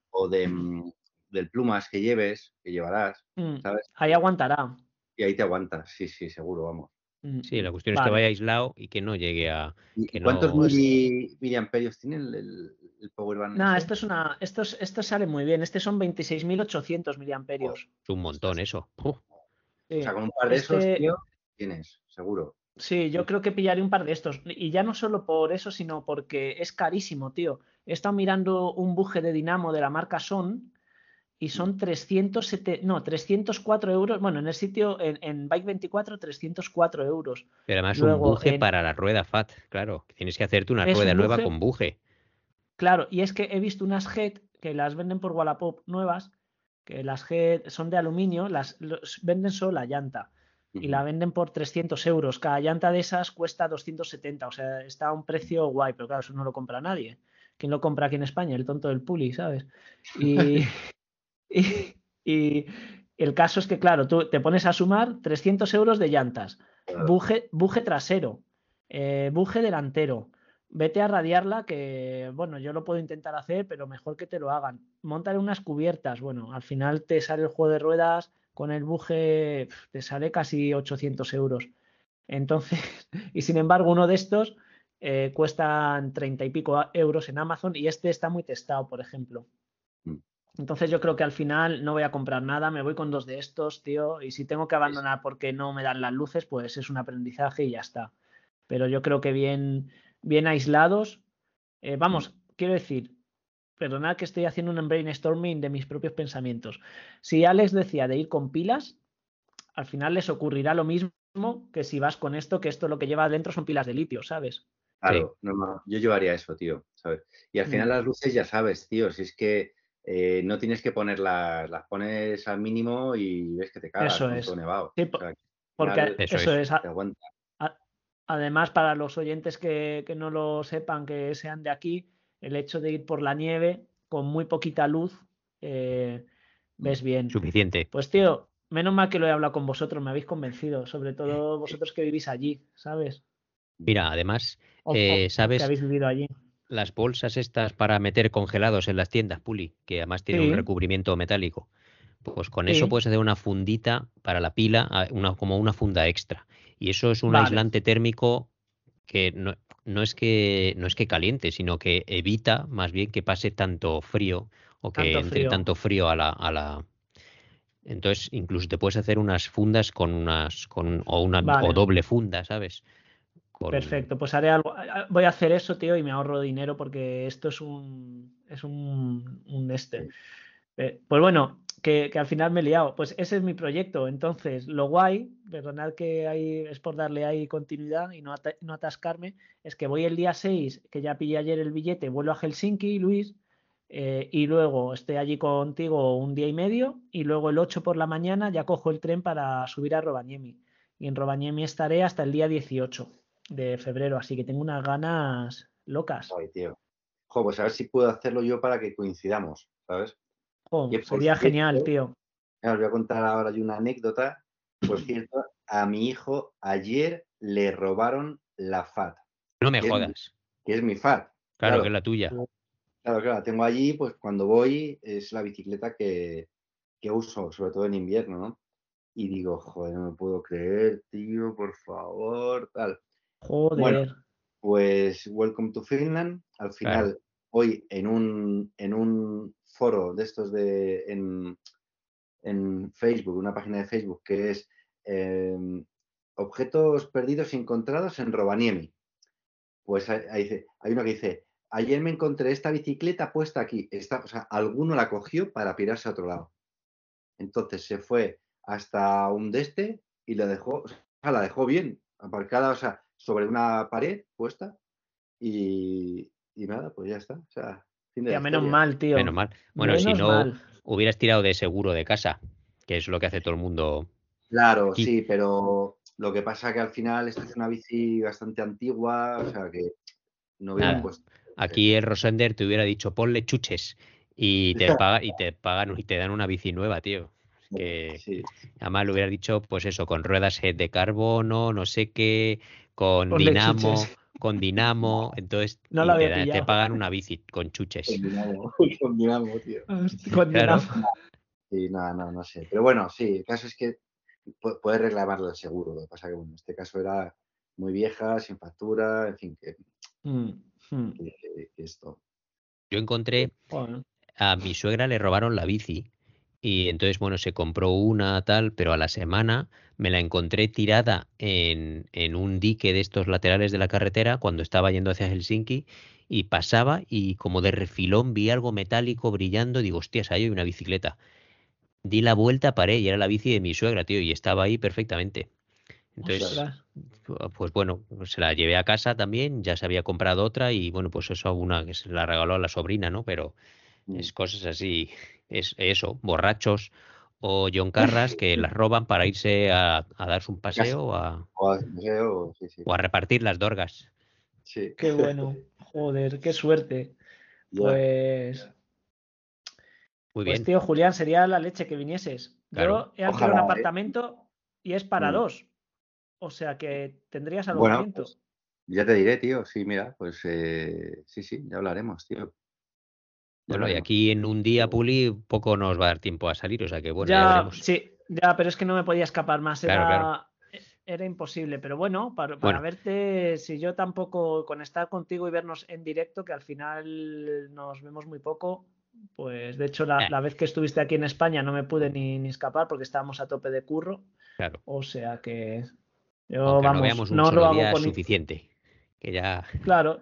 plumas que llevarás, ¿sabes? Ahí aguantará. Y ahí te aguantas, sí, seguro, vamos. Sí, la cuestión es que vaya aislado y que no llegue a... ¿Y cuántos miliamperios tiene el Powerband? No, esto sale muy bien. Son 26.800 miliamperios. Es un montón eso. Sí. O sea, con un par de esos, tío, tienes, seguro. Sí, yo creo que pillaré un par de estos. Y ya no solo por eso, sino porque es carísimo, tío. He estado mirando un buje de dinamo de la marca Son y son 304 euros. Bueno, en el sitio, en Bike24, 304 euros. Pero además luego, un buje para la rueda FAT, claro. Tienes que hacerte una rueda nueva con buje. Claro, y es que he visto unas Head que las venden por Wallapop nuevas, que las Head son de aluminio, venden solo la llanta. Y la venden por 300 euros. Cada llanta de esas cuesta 270. O sea, está a un precio guay, pero claro, eso no lo compra nadie. ¿Quién lo compra aquí en España? El tonto del Puli, ¿sabes? Y el caso es que, claro, tú te pones a sumar 300 euros de llantas, buje trasero, buje delantero. Vete a radiarla, que bueno, yo lo puedo intentar hacer, pero mejor que te lo hagan. Móntale unas cubiertas. Bueno, al final te sale el juego de ruedas con el buje, te sale casi 800 euros. Entonces, y sin embargo, uno de estos cuestan 30 y pico euros en Amazon y este está muy testado, por ejemplo. Entonces yo creo que al final no voy a comprar nada, me voy con 2 de estos, tío, y si tengo que abandonar porque no me dan las luces, pues es un aprendizaje y ya está. Pero yo creo que bien aislados. Vamos, quiero decir, perdonad que estoy haciendo un brainstorming de mis propios pensamientos. Si Alex decía de ir con pilas, al final les ocurrirá lo mismo que si vas con esto, que esto lo que lleva adentro son pilas de litio, ¿sabes? Claro, sí. No, yo llevaría eso, tío, ¿sabes? Y al final las luces ya sabes, tío, si es que no tienes que ponerlas, las pones al mínimo y ves que te cagas eso con es. todo nevado. Sí, o sea, porque eso es. Te aguanta. Además, para los oyentes que no lo sepan, que sean de aquí, el hecho de ir por la nieve con muy poquita luz, ves bien. Suficiente. Pues tío, menos mal que lo he hablado con vosotros, me habéis convencido, sobre todo vosotros que vivís allí, ¿sabes? Mira, además, ¿sabes? Que habéis vivido allí. Las bolsas estas para meter congelados en las tiendas, Puli, que además tiene un recubrimiento metálico. Pues con eso puedes hacer una fundita para la pila, como una funda extra. Y eso es un aislante térmico que no es que caliente, sino que evita más bien que pase tanto frío o que entre tanto frío a la. Entonces, incluso te puedes hacer unas fundas o doble funda, ¿sabes? Perfecto, pues haré algo. Voy a hacer eso, tío, y me ahorro dinero porque esto es un pues bueno, que al final me he liado. Pues ese es mi proyecto. Entonces, lo guay, perdonad que es por darle ahí continuidad y no atascarme, es que voy el día 6, que ya pillé ayer el billete, vuelvo a Helsinki, Luis, y luego estoy allí contigo un día y medio, y luego el 8 por la mañana ya cojo el tren para subir a Rovaniemi. Y en Rovaniemi estaré hasta el día 18 de febrero, así que tengo unas ganas locas. Ay, tío. Pues a ver si puedo hacerlo yo para que coincidamos, ¿sabes? Sería genial, tío. Os voy a contar ahora una anécdota. Por cierto, a mi hijo ayer le robaron la FAT. No me jodas. Que es mi FAT. Claro, que es la tuya. Claro. Tengo allí, pues cuando voy, es la bicicleta que uso, sobre todo en invierno, ¿no? Y digo, joder, no me puedo creer, tío, por favor, tal. Joder. Bueno, pues Welcome to Finland. Al final, hoy en un foro de estos en Facebook, una página de Facebook que es Objetos perdidos y encontrados en Rovaniemi. Pues hay uno que dice, ayer me encontré esta bicicleta puesta aquí. O sea, alguno la cogió para pirarse a otro lado. Entonces se fue hasta un y la dejó bien, aparcada, o sea, sobre una pared puesta y nada, pues ya está. O sea, fin de la menos historia. mal, tío. Menos mal. Bueno, si no, hubieras tirado de seguro de casa, que es lo que hace todo el mundo. Claro, aquí. Sí, pero lo que pasa es que al final esta es una bici bastante antigua, o sea que no hubiera puesto. Aquí el Rosender te hubiera dicho ponle chuches y te pagan y te dan una bici nueva, tío. Que además lo hubieras dicho, pues eso, con ruedas de carbono, no sé qué, con dinamo, entonces te pagan una bici con chuches. Con dinamo, tío. Con dinamo. Sí, no sé. Pero bueno, sí, el caso es que puedes reclamarlo del seguro. Lo que pasa que, bueno, en este caso era muy vieja, sin factura, en fin, que esto. Yo encontré, a mi suegra le robaron la bici y entonces, bueno, se compró una tal, pero a la semana me la encontré tirada en un dique de estos laterales de la carretera cuando estaba yendo hacia Helsinki y pasaba y como de refilón vi algo metálico brillando, digo, hostias, ahí hay una bicicleta. Di la vuelta, paré y era la bici de mi suegra, tío, y estaba ahí perfectamente. Entonces, pues bueno, se la llevé a casa también, ya se había comprado otra y bueno, pues eso una que se la regaló a la sobrina, ¿no? Pero es cosas así, es eso, borrachos o yoncarras que las roban para irse a darse un paseo o a repartir las dorgas. Sí. Qué bueno, joder, qué suerte. Pues... Muy bien. Pues tío, Julián, sería la leche que vinieses. Claro. Yo he alquilado un apartamento y es para dos. O sea que tendrías alojamiento. Bueno, pues, ya te diré, tío. Sí, mira, pues sí, ya hablaremos, tío. Bueno, y aquí en un día, Puli, poco nos va a dar tiempo a salir, o sea que bueno, ya veremos. Sí, ya, pero es que no me podía escapar más. Claro. Era imposible. Pero bueno, para verte, si yo tampoco, con estar contigo y vernos en directo, que al final nos vemos muy poco. Pues de hecho la vez que estuviste aquí en España no me pude ni escapar porque estábamos a tope de curro. Claro. O sea que aunque no veamos un solo día es suficiente. Que ya. Claro.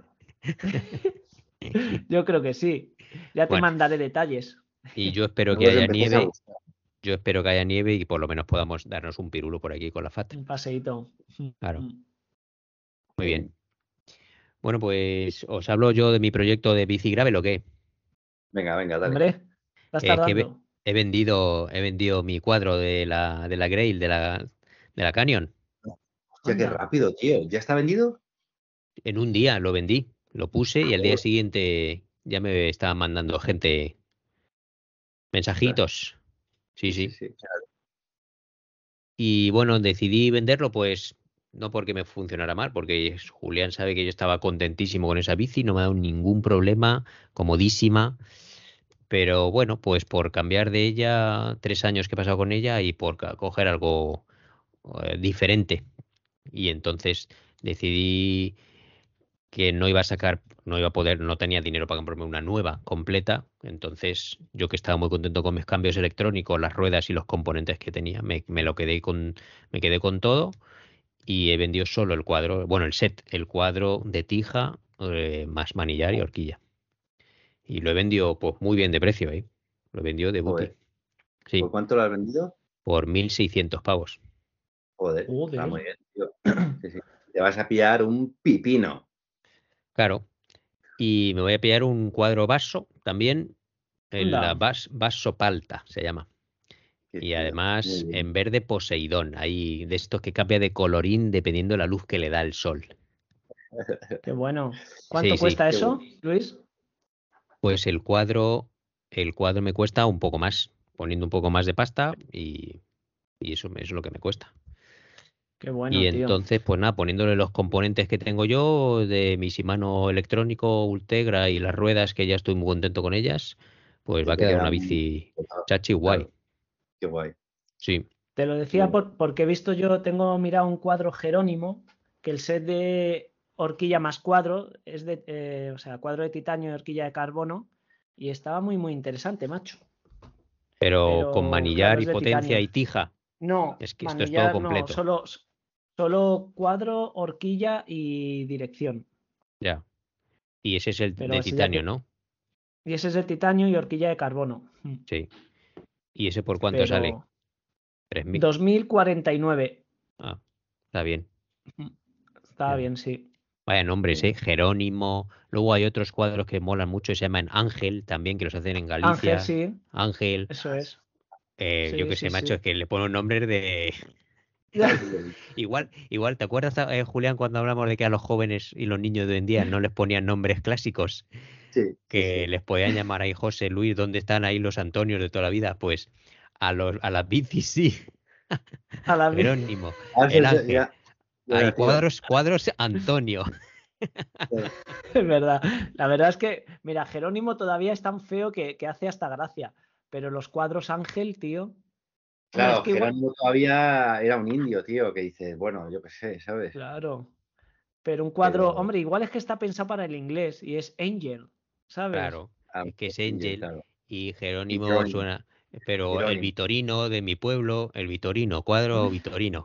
Yo creo que sí. Ya te mandaré detalles. Y yo espero que haya nieve. Yo espero que haya nieve y por lo menos podamos darnos un pirulo por aquí con la FAT. Un paseíto. Claro. Muy bien. Bueno, pues os hablo yo de mi proyecto de bici gravel ¿o qué? Venga, dale. Hombre, estás tardando. He vendido mi cuadro de la Grail, de la Canyon. Hostia, qué rápido, tío. ¿Ya está vendido? En un día lo vendí, lo puse y al día siguiente ya me estaban mandando gente mensajitos. Sí. Claro. Y bueno, decidí venderlo pues no porque me funcionara mal, porque Julián sabe que yo estaba contentísimo con esa bici, no me ha dado ningún problema, comodísima. Pero bueno, pues por cambiar de ella, 3 años que he pasado con ella y por coger algo diferente. Y entonces decidí que no iba a sacar, no iba a poder, no tenía dinero para comprarme una nueva completa. Entonces, yo que estaba muy contento con mis cambios electrónicos, las ruedas y los componentes que tenía, me quedé con todo y he vendido solo el cuadro, bueno, el cuadro de tija, más manillar y horquilla. Y lo he vendido pues muy bien de precio, ¿eh? Lo he vendido de booking. Sí. ¿Por cuánto lo has vendido? Por 1.600 pavos. Joder. Está muy bien, tío. Sí. Te vas a pillar un pipino. Claro. Y me voy a pillar un cuadro vaso también. La vaso palta se llama. Y además en verde Poseidón. Ahí de estos que cambia de colorín dependiendo de la luz que le da el sol. Qué bueno. ¿Cuánto cuesta eso, Luis? Pues el cuadro me cuesta un poco más, poniendo un poco más de pasta y eso es lo que me cuesta. Qué bueno, y entonces, pues nada, poniéndole los componentes que tengo yo de mi Shimano electrónico Ultegra y las ruedas que ya estoy muy contento con ellas, pues va a quedar una bici chachi guay. Claro. Qué guay. Sí. Te lo decía porque he visto tengo mirado un cuadro Jerónimo, que el set de horquilla más cuadro es de, cuadro de titanio y horquilla de carbono, y estaba muy, muy interesante, macho. Pero con manillar y potencia y tija. No, es que esto es todo completo. No, solo cuadro, horquilla y dirección. Ya. Y ese es el de titanio, ¿no? Y ese es de titanio y horquilla de carbono. Sí. ¿Y ese por cuánto sale? 3.000. 2.049. Ah, está bien. Está bien, sí. Vaya nombres, Jerónimo. Luego hay otros cuadros que molan mucho, se llaman Ángel también, que los hacen en Galicia. Ángel, sí. Ángel. Eso es. Yo que sé, macho, es que le ponen nombres de... igual, ¿te acuerdas, Julián, cuando hablamos de que a los jóvenes y los niños de hoy en día no les ponían nombres clásicos? Sí. Que les podían llamar ahí José, Luis, ¿dónde están ahí los Antonios de toda la vida? Pues a las bicis sí. A la Jerónimo, el Ángel. Hay cuadros Antonio. Es verdad. La verdad es que, mira, Jerónimo todavía es tan feo que hace hasta gracia. Pero los cuadros Ángel, tío. Claro, es que Jerónimo todavía era un indio, tío, que dices, bueno, yo qué sé, ¿sabes? Claro. Pero un cuadro, hombre, igual es que está pensado para el inglés y es Angel, ¿sabes? Claro. que es Angel, claro. y Jerónimo suena, pero Jerónimo. El Vitorino de mi pueblo, el Vitorino, cuadro Vitorino.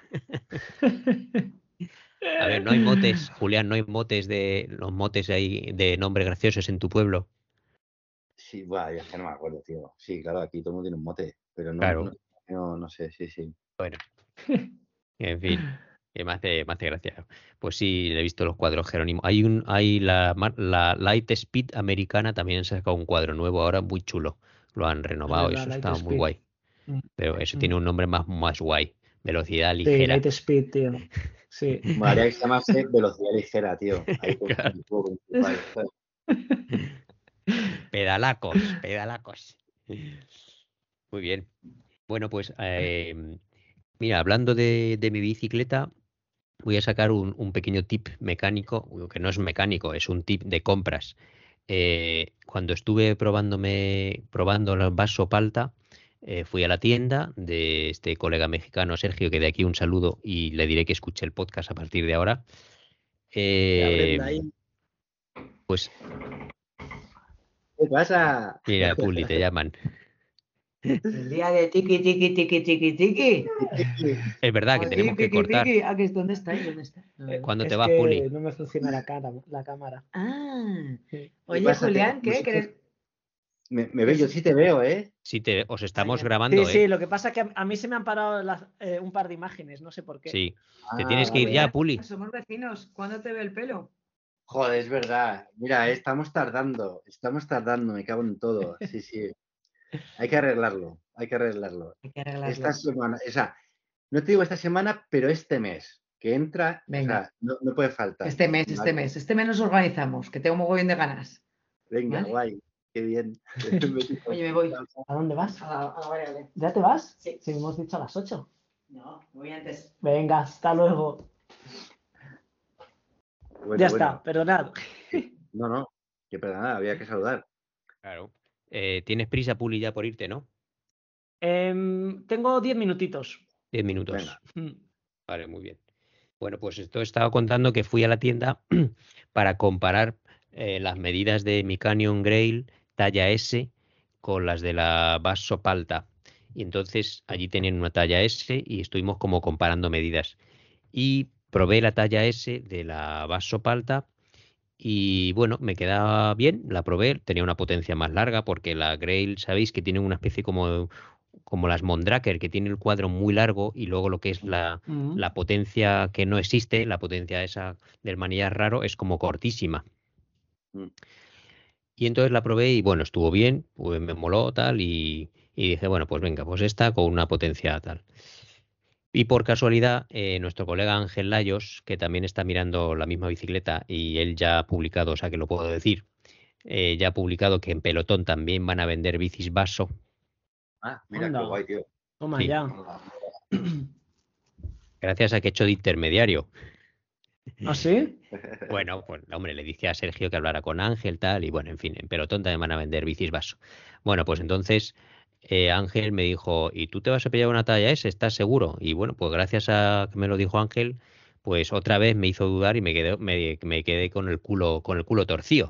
A ver, no hay motes, Julián, no hay motes de los motes ahí de nombres graciosos en tu pueblo. Sí, bueno, ya es que no me acuerdo, tío. Sí, claro, aquí todo el mundo tiene un mote, pero no, claro. no sé, sí. Bueno, en fin, que me hace gracia. Pues sí, he visto los cuadros Jerónimo. Hay la Light Speed americana, también han sacado un cuadro nuevo ahora muy chulo. Lo han renovado y eso está muy guay. Pero eso tiene un nombre más guay. Velocidad ligera. Sí, Light Speed, tío. Sí. María que se llama velocidad ligera, tío. Ahí claro. Pedalacos. Muy bien. Bueno, pues mira, hablando de mi bicicleta, voy a sacar un pequeño tip mecánico, que no es mecánico, es un tip de compras. Cuando estuve probando el vaso Palta, fui a la tienda de este colega mexicano, Sergio, que de aquí un saludo y le diré que escuche el podcast a partir de ahora. Pues... ¿Qué pasa? Mira, Puli, te llaman. El día de tiki. Es verdad que tenemos que cortar. ¿Dónde está? ¿Cuándo te vas, Puli? No me funciona la cámara. Oye, Julián, ¿qué crees? Me veo, yo sí te veo, ¿eh? Sí, os estamos grabando, Sí, lo que pasa es que a mí se me han parado un par de imágenes, no sé por qué. Sí, te tienes que ir ya, Puli. Somos vecinos, ¿cuándo te ve el pelo? Joder, es verdad. Mira, estamos tardando, me cago en todo. Sí. Hay que arreglarlo. Esta semana, o sea, no te digo esta semana, pero este mes, que entra, venga. O sea, no puede faltar. Este mes nos organizamos, que tengo un mogollón de ganas. Venga, ¿vale? Guay, qué bien. Oye, me voy. ¿A dónde vas? A la variable. ¿Ya te vas? Sí. Si hemos dicho a las 8. No, me voy antes. Venga, hasta luego. Ya está, perdonad. No, que perdonad, había que saludar. Claro. ¿Tienes prisa, Puli, ya por irte, no? Tengo 10 minutitos. 10 minutos. Venga. Vale, muy bien. Bueno, pues esto estaba contando que fui a la tienda para comparar las medidas de mi Canyon Grail talla S con las de la Basso Palta. Y entonces allí tenían una talla S y estuvimos como comparando medidas. Y probé la talla S de la Basso Palta y bueno, me quedaba bien, la probé, tenía una potencia más larga porque la Grail, sabéis que tiene una especie como las Mondraker, que tiene el cuadro muy largo y luego lo que es la potencia que no existe, la potencia esa del manillar raro es como cortísima. Y entonces la probé y bueno, estuvo bien, pues me moló tal y dije, bueno, pues venga, pues esta con una potencia tal. Y por casualidad, nuestro colega Ángel Layos, que también está mirando la misma bicicleta y él ya ha publicado, o sea que lo puedo decir, ya ha publicado que en Pelotón también van a vender bicis Basso. Ah, mira qué guay, tío. Toma ya. Gracias a que he hecho de intermediario. ¿Ah, sí? Bueno, pues hombre, le dije a Sergio que hablara con Ángel, tal, y bueno, en fin, en Pelotón también van a vender bicis Basso. Bueno, pues entonces Ángel me dijo, ¿y tú te vas a pillar una talla S? ¿Estás seguro? Y bueno, pues gracias a que me lo dijo Ángel, pues otra vez me hizo dudar y me quedé con el culo torcido.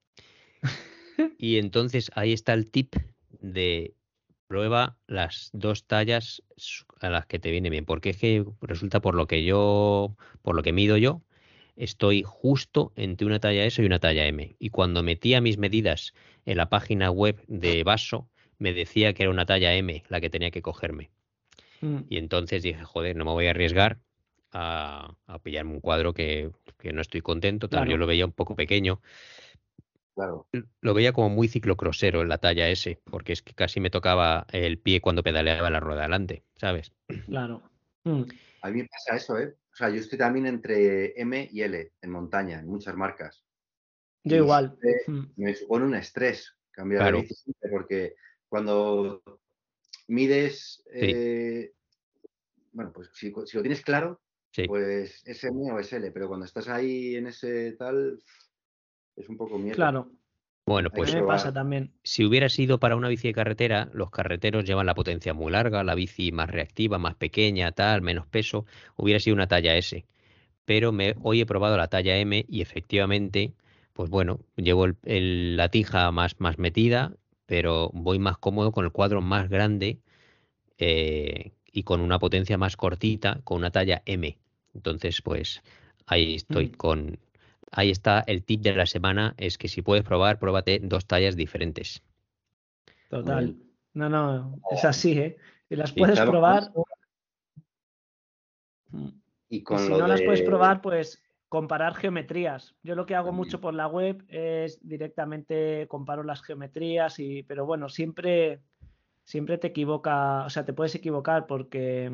Y entonces ahí está el tip de prueba las dos tallas a las que te viene bien, porque es que resulta por lo que mido yo, estoy justo entre una talla S y una talla M. Y cuando metía mis medidas en la página web de Basso, me decía que era una talla M la que tenía que cogerme. Y entonces dije, joder, no me voy a arriesgar a pillarme un cuadro que no estoy contento. Tal, claro. Yo lo veía un poco pequeño. Claro. Lo veía como muy ciclocrossero en la talla S, porque es que casi me tocaba el pie cuando pedaleaba la rueda delante, ¿sabes? Claro. A mí me pasa eso, ¿eh? O sea, yo estoy también entre M y L en montaña, en muchas marcas. Yo igual. Me supone un estrés cambiar de bici, porque cuando mides, bueno, pues si lo tienes claro, pues es M o es L, pero cuando estás ahí en ese tal, es un poco miedo. Claro. Bueno, pues me pasa también. Si hubiera sido para una bici de carretera, los carreteros llevan la potencia muy larga, la bici más reactiva, más pequeña, tal, menos peso, hubiera sido una talla S. Pero hoy he probado la talla M y efectivamente pues bueno, llevo la tija más metida, pero voy más cómodo con el cuadro más grande y con una potencia más cortita, con una talla M. Entonces, pues ahí estoy Ahí está el tip de la semana, es que si puedes probar, pruébate 2 tallas diferentes. Total. No, es así, ¿eh? Si las puedes probar... Y si no las puedes probar, pues comparar geometrías. Yo lo que hago mucho por la web es directamente comparo las geometrías, pero bueno, siempre te equivoca, o sea, te puedes equivocar porque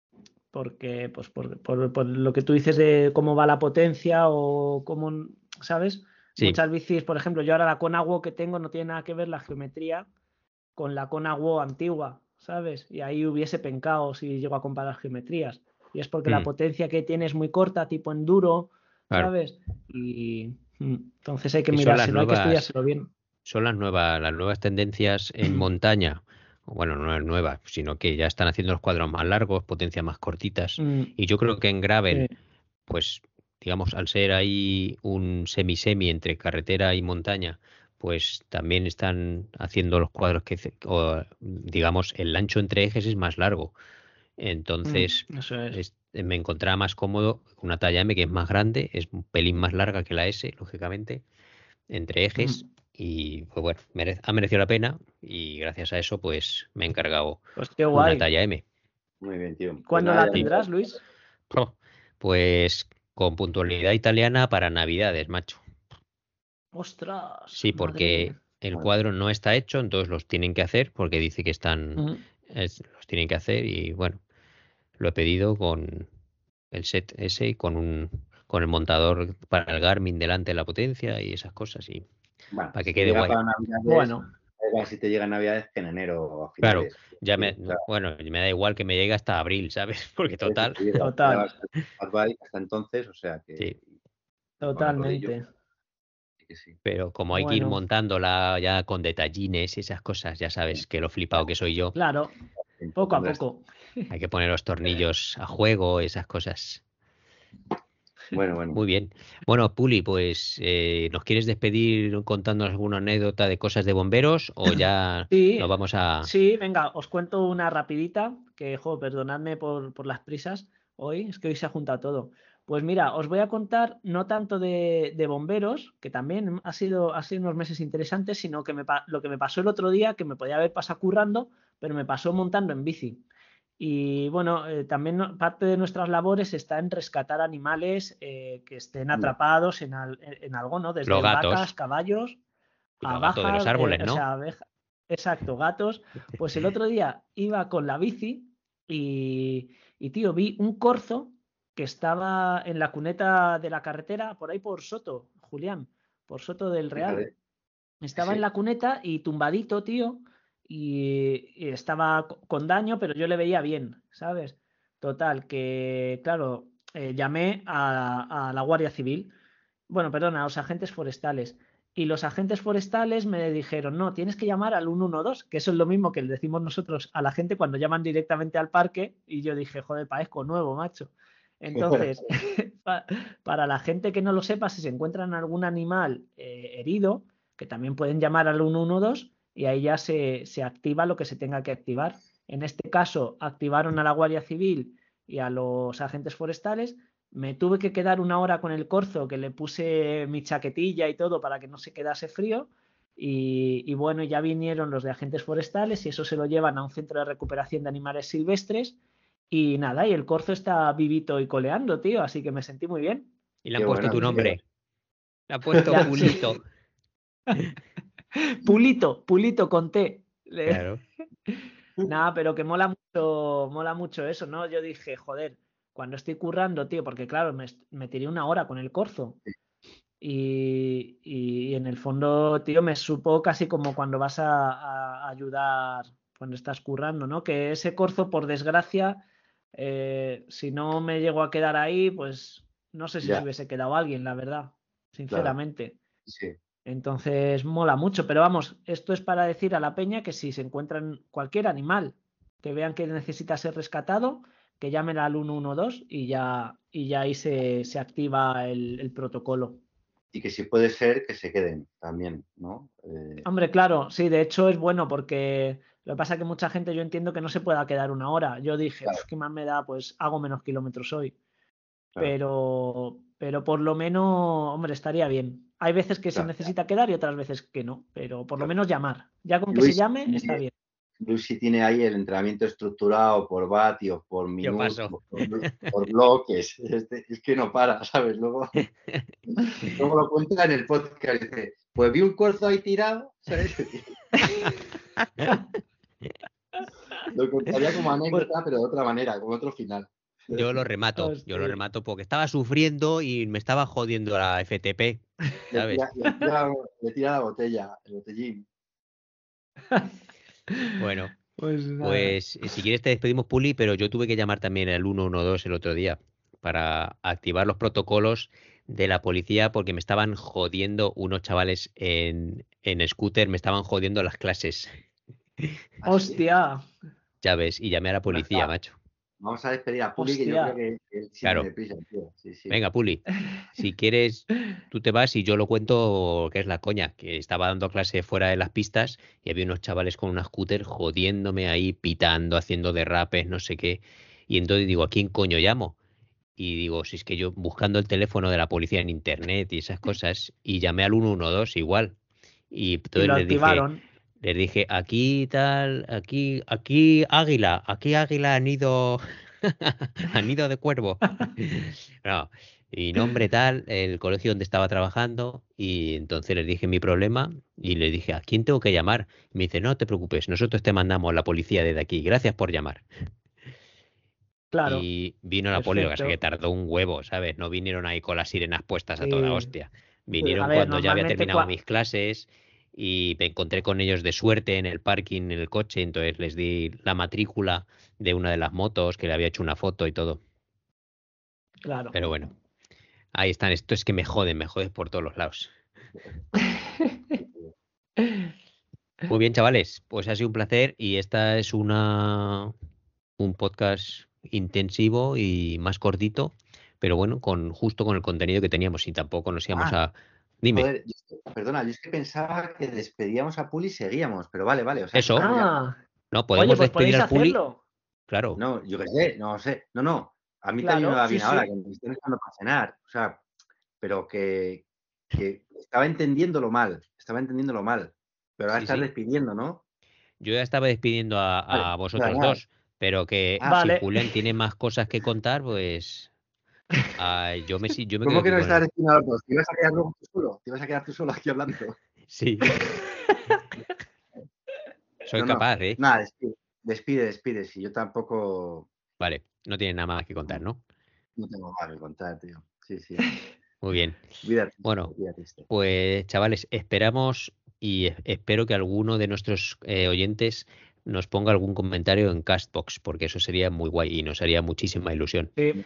pues por lo que tú dices de cómo va la potencia o cómo, ¿sabes? Sí. Muchas bicis, por ejemplo, yo ahora la Kona WO que tengo no tiene nada que ver la geometría con la Kona WO antigua, ¿sabes? Y ahí hubiese pencado si llego a comparar geometrías. Y es porque la potencia que tiene es muy corta, tipo enduro, ¿sabes? Claro. Y entonces hay que mirárselo, hay que estudiárselo bien. Son las nuevas tendencias en montaña. Bueno, no es nueva, sino que ya están haciendo los cuadros más largos, potencias más cortitas. Y yo creo que en gravel, pues, digamos, al ser ahí un semi entre carretera y montaña, pues también están haciendo los cuadros digamos, el ancho entre ejes es más largo. Entonces, me encontraba más cómodo una talla M que es más grande, es un pelín más larga que la S, lógicamente, entre ejes. Y pues bueno, ha merecido la pena y gracias a eso pues me he encargado una talla M. Muy bien, tío. ¿Cuándo la tendrás, Luis? Pues con puntualidad italiana para Navidades, macho. ¡Ostras! Sí, porque el cuadro no está hecho, entonces los tienen que hacer porque dice que los tienen que hacer y bueno, lo he pedido con el set ese y con el montador para el Garmin delante de la potencia y esas cosas y para que quede guay. Bueno, si te llega en Navidades que en enero o a finales. Claro, bueno, me da igual que me llegue hasta abril, ¿sabes? Porque total. Hasta entonces, o sea que. Sí. Totalmente. Pero como hay que ir montándola ya con detallines y esas cosas, ya sabes que lo flipado que soy yo. Claro, poco a poco. Hay que poner los tornillos a juego, esas cosas. Bueno. Muy bien. Bueno, Puli, pues ¿nos quieres despedir contándonos alguna anécdota de cosas de bomberos o ya nos vamos a...? Sí, venga, os cuento una rapidita, que, perdonadme por las prisas hoy, es que hoy se ha juntado todo. Pues mira, os voy a contar no tanto de bomberos, que también ha sido unos meses interesantes, sino que lo que me pasó el otro día, que me podía haber pasado currando, pero me pasó montando en bici. Y bueno, también parte de nuestras labores está en rescatar animales que estén atrapados en algo, ¿no? Desde vacas, caballos, abejas, de los árboles, ¿no? O sea, exacto, gatos. Pues el otro día iba con la bici y tío, vi un corzo que estaba en la cuneta de la carretera, por ahí por Soto, Julián, por Soto del Real. Estaba en la cuneta y tumbadito, tío, y estaba con daño, pero yo le veía bien, ¿sabes? Total, que claro, llamé a la Guardia Civil, bueno, perdón, a los agentes forestales. Y los agentes forestales me dijeron, no, tienes que llamar al 112, que eso es lo mismo que le decimos nosotros a la gente cuando llaman directamente al parque. Y yo dije, joder, parezco nuevo, macho. Entonces, para la gente que no lo sepa, si se encuentran algún animal herido, que también pueden llamar al 112 y ahí ya se activa lo que se tenga que activar. En este caso, activaron a la Guardia Civil y a los agentes forestales. Me tuve que quedar una hora con el corzo, que le puse mi chaquetilla y todo para que no se quedase frío. Y bueno, ya vinieron los de agentes forestales y eso se lo llevan a un centro de recuperación de animales silvestres. Y nada, y el corzo está vivito y coleando, tío, así que me sentí muy bien. Y le han puesto tu nombre. Le han puesto Pulito. Pulito con T. Claro. Nada, pero que mola mucho eso, ¿no? Yo dije, joder, cuando estoy currando, tío, porque claro, me tiré una hora con el corzo. Y en el fondo, tío, me supo casi como cuando vas a ayudar cuando estás currando, ¿no? Que ese corzo, por desgracia, si no me llego a quedar ahí, pues no sé si se hubiese quedado alguien, la verdad, sinceramente. Claro. Sí. Entonces mola mucho, pero vamos, esto es para decir a la peña que si se encuentran cualquier animal que vean que necesita ser rescatado, que llamen al 112 y ya ahí se activa el protocolo. y que si puede ser que se queden también, ¿no? Hombre, claro, sí, de hecho es bueno porque lo que pasa es que mucha gente yo entiendo que no se pueda quedar una hora. Yo dije, Claro. ¿qué más me da? Pues hago menos kilómetros hoy. Claro. Pero por lo menos, hombre, estaría bien. Hay veces que se Claro. necesita quedar y otras veces que no, pero por lo Claro. menos llamar. Ya con que Luis se llame, está bien. Luis sí tiene ahí el entrenamiento estructurado por vatios, por minutos, por bloques. Es que no para, ¿sabes? Luego lo cuenta en el podcast. Dice, pues vi un corzo ahí tirado, ¿sabes? Lo contaría como anécdota, pero de otra manera, con otro final. Yo lo remato porque estaba sufriendo y me estaba jodiendo la FTP, ¿sabes? Le tira la botella, el botellín. Bueno, pues si quieres te despedimos, Puli, pero yo tuve que llamar también al 112 el otro día para activar los protocolos de la policía porque me estaban jodiendo unos chavales en scooter, me estaban jodiendo las clases. ¡Hostia! Ya ves, y llamé a la policía, macho. Vamos a despedir a Puli, que yo creo que sí claro. me pilla, tío. Sí. Venga, Puli, si quieres, tú te vas y yo lo cuento que es la coña, que estaba dando clase fuera de las pistas y había unos chavales con una scooter jodiéndome ahí, pitando, haciendo derrapes, no sé qué. Y entonces digo, ¿a quién coño llamo? Y digo, si es que yo buscando el teléfono de la policía en internet y esas cosas, y llamé al 112 igual. Y entonces lo activaron. Les dije, aquí tal, aquí águila han ido de cuervo. No, y nombre tal, el colegio donde estaba trabajando, y entonces les dije mi problema y les dije, ¿a quién tengo que llamar? Y me dice, no te preocupes, nosotros te mandamos la policía desde aquí, gracias por llamar. Claro. Y vino la poli, lo que pasa es que tardó un huevo, ¿sabes? No vinieron ahí con las sirenas puestas a toda hostia. Vinieron cuando ya había terminado mis clases y me encontré con ellos de suerte en el parking, en el coche, entonces les di la matrícula de una de las motos, que le había hecho una foto y todo. Claro. Pero bueno, ahí están. Esto es que me joden por todos los lados. Muy bien, chavales, pues ha sido un placer y esta es un podcast intensivo y más cortito, pero bueno, justo con el contenido que teníamos y tampoco nos íbamos a... Dime. Joder, perdona, yo es que pensaba que despedíamos a Puli y seguíamos, pero vale. O sea, eso. No, podemos pues despedir al Puli. Hacerlo. Claro. No, yo qué sé, no sé. No. A mí también me va bien ahora, que me estoy dejando para cenar. O sea, pero que estaba entendiéndolo mal. Pero ahora estás despidiendo, ¿no? Yo ya estaba despidiendo a vosotros dos, pero que si Julián tiene más cosas que contar, pues yo me ¿Cómo que no estás despidiendo a los dos? ¿Te ibas a quedar luego tú solo? ¿Te ibas a quedar tú solo aquí hablando? Sí. Soy capaz, ¿eh? Nada, despide. Si yo tampoco... Vale, no tiene nada más que contar, ¿no? No tengo nada que contar, tío. Sí. Muy bien. Cuídate, bueno, pues chavales, esperamos y espero que alguno de nuestros oyentes nos ponga algún comentario en Castbox, porque eso sería muy guay y nos haría muchísima ilusión. Sí.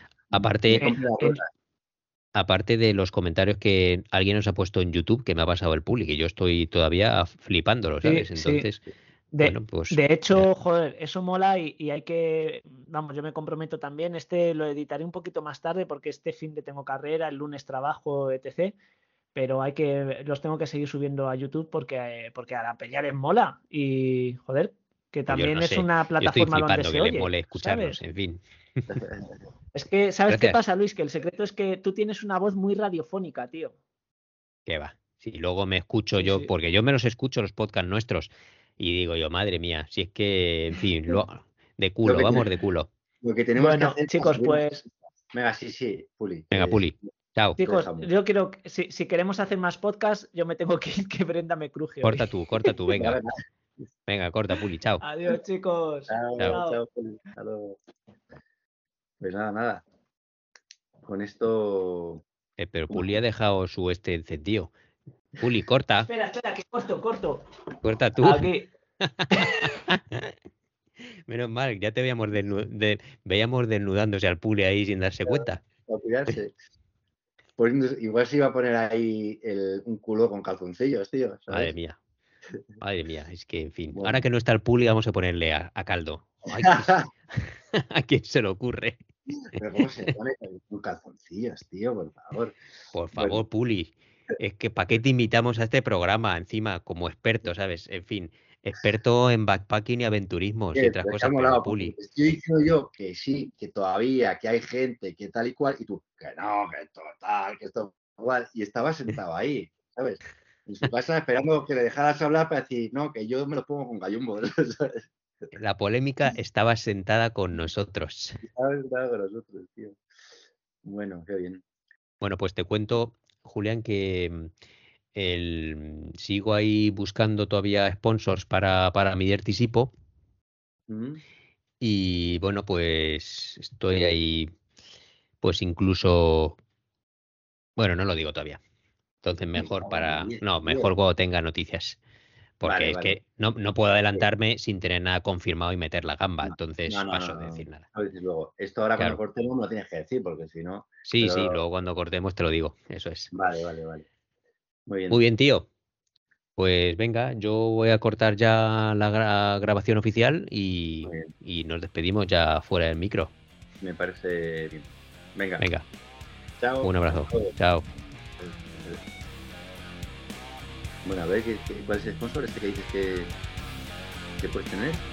Aparte de los comentarios que alguien nos ha puesto en YouTube, que me ha pasado el Puli, que yo estoy todavía flipándolo, ¿sabes? Entonces, de hecho, joder, eso mola y hay que, vamos, yo me comprometo también, lo editaré un poquito más tarde porque este fin de tengo carrera, el lunes trabajo, etc. Pero los tengo que seguir subiendo a YouTube porque a la peña les mola y, joder, que también es una plataforma donde se oye, les mole escucharnos, ¿sabes? En fin. Es que, ¿sabes qué pasa, Luis? Que el secreto es que tú tienes una voz muy radiofónica, tío. ¿Qué va? Si luego me escucho yo, porque yo me los escucho los podcasts nuestros y digo yo, madre mía, si es que, en fin, de culo, vamos de culo. Lo que tenemos que hacer, chicos, pues... Venga, sí, Puli. Venga, Puli. Chao. Chicos, yo quiero, si queremos hacer más podcasts, yo me tengo que ir, que Brenda me cruje. Corta tú, venga. Venga, corta, Puli, chao. Adiós, chicos. Chao, Puli. Chao. Pues nada. Con esto... pero Puli ha dejado su encendido. Puli, corta. Espera, que corto. Corta tú. Aquí. Menos mal, ya te veíamos desnudándose al Puli ahí sin darse cuenta. Igual se iba a poner ahí un culo con calzoncillos, tío. ¿sabes? Madre mía, es que, en fin. Bueno. Ahora que no está el Puli, vamos a ponerle a caldo. Ay, ¿a quién se le ocurre? Pero ¿cómo se pone con calzoncillos, tío? Por favor. Por favor, Puli. es que ¿para qué te invitamos a este programa? Encima, como experto, ¿sabes? En fin, experto en backpacking y aventurismos y otras cosas, pero Puli. Estoy diciendo yo que sí, que todavía, que hay gente, que tal y cual, y tú, que no, que total, que esto igual, y estaba sentado ahí, ¿sabes? En su casa esperando que le dejaras hablar para decir, no, que yo me lo pongo con gallumbo, ¿sabes? La polémica estaba sentada con nosotros. Estaba sentada con nosotros, tío. Bueno, qué bien. Bueno, pues te cuento, Julián, que sigo ahí buscando todavía sponsors para mi Dirty Sipo. Y bueno, pues estoy ahí, pues incluso, bueno, no lo digo todavía. Entonces mejor mejor cuando tenga noticias. Porque es que no puedo adelantarme sin tener nada confirmado y meter la gamba. Entonces paso de decir nada. A veces luego, esto ahora cuando cortemos me lo tienes que decir, porque si no... Sí, luego cuando cortemos te lo digo. Eso es. Vale. Muy bien, tío. Pues venga, yo voy a cortar ya la grabación oficial y nos despedimos ya fuera del micro. Me parece bien. Venga. Chao. Un abrazo. Chao. Bueno, a ver, ¿cuál es el sponsor este que dices que puedes tener?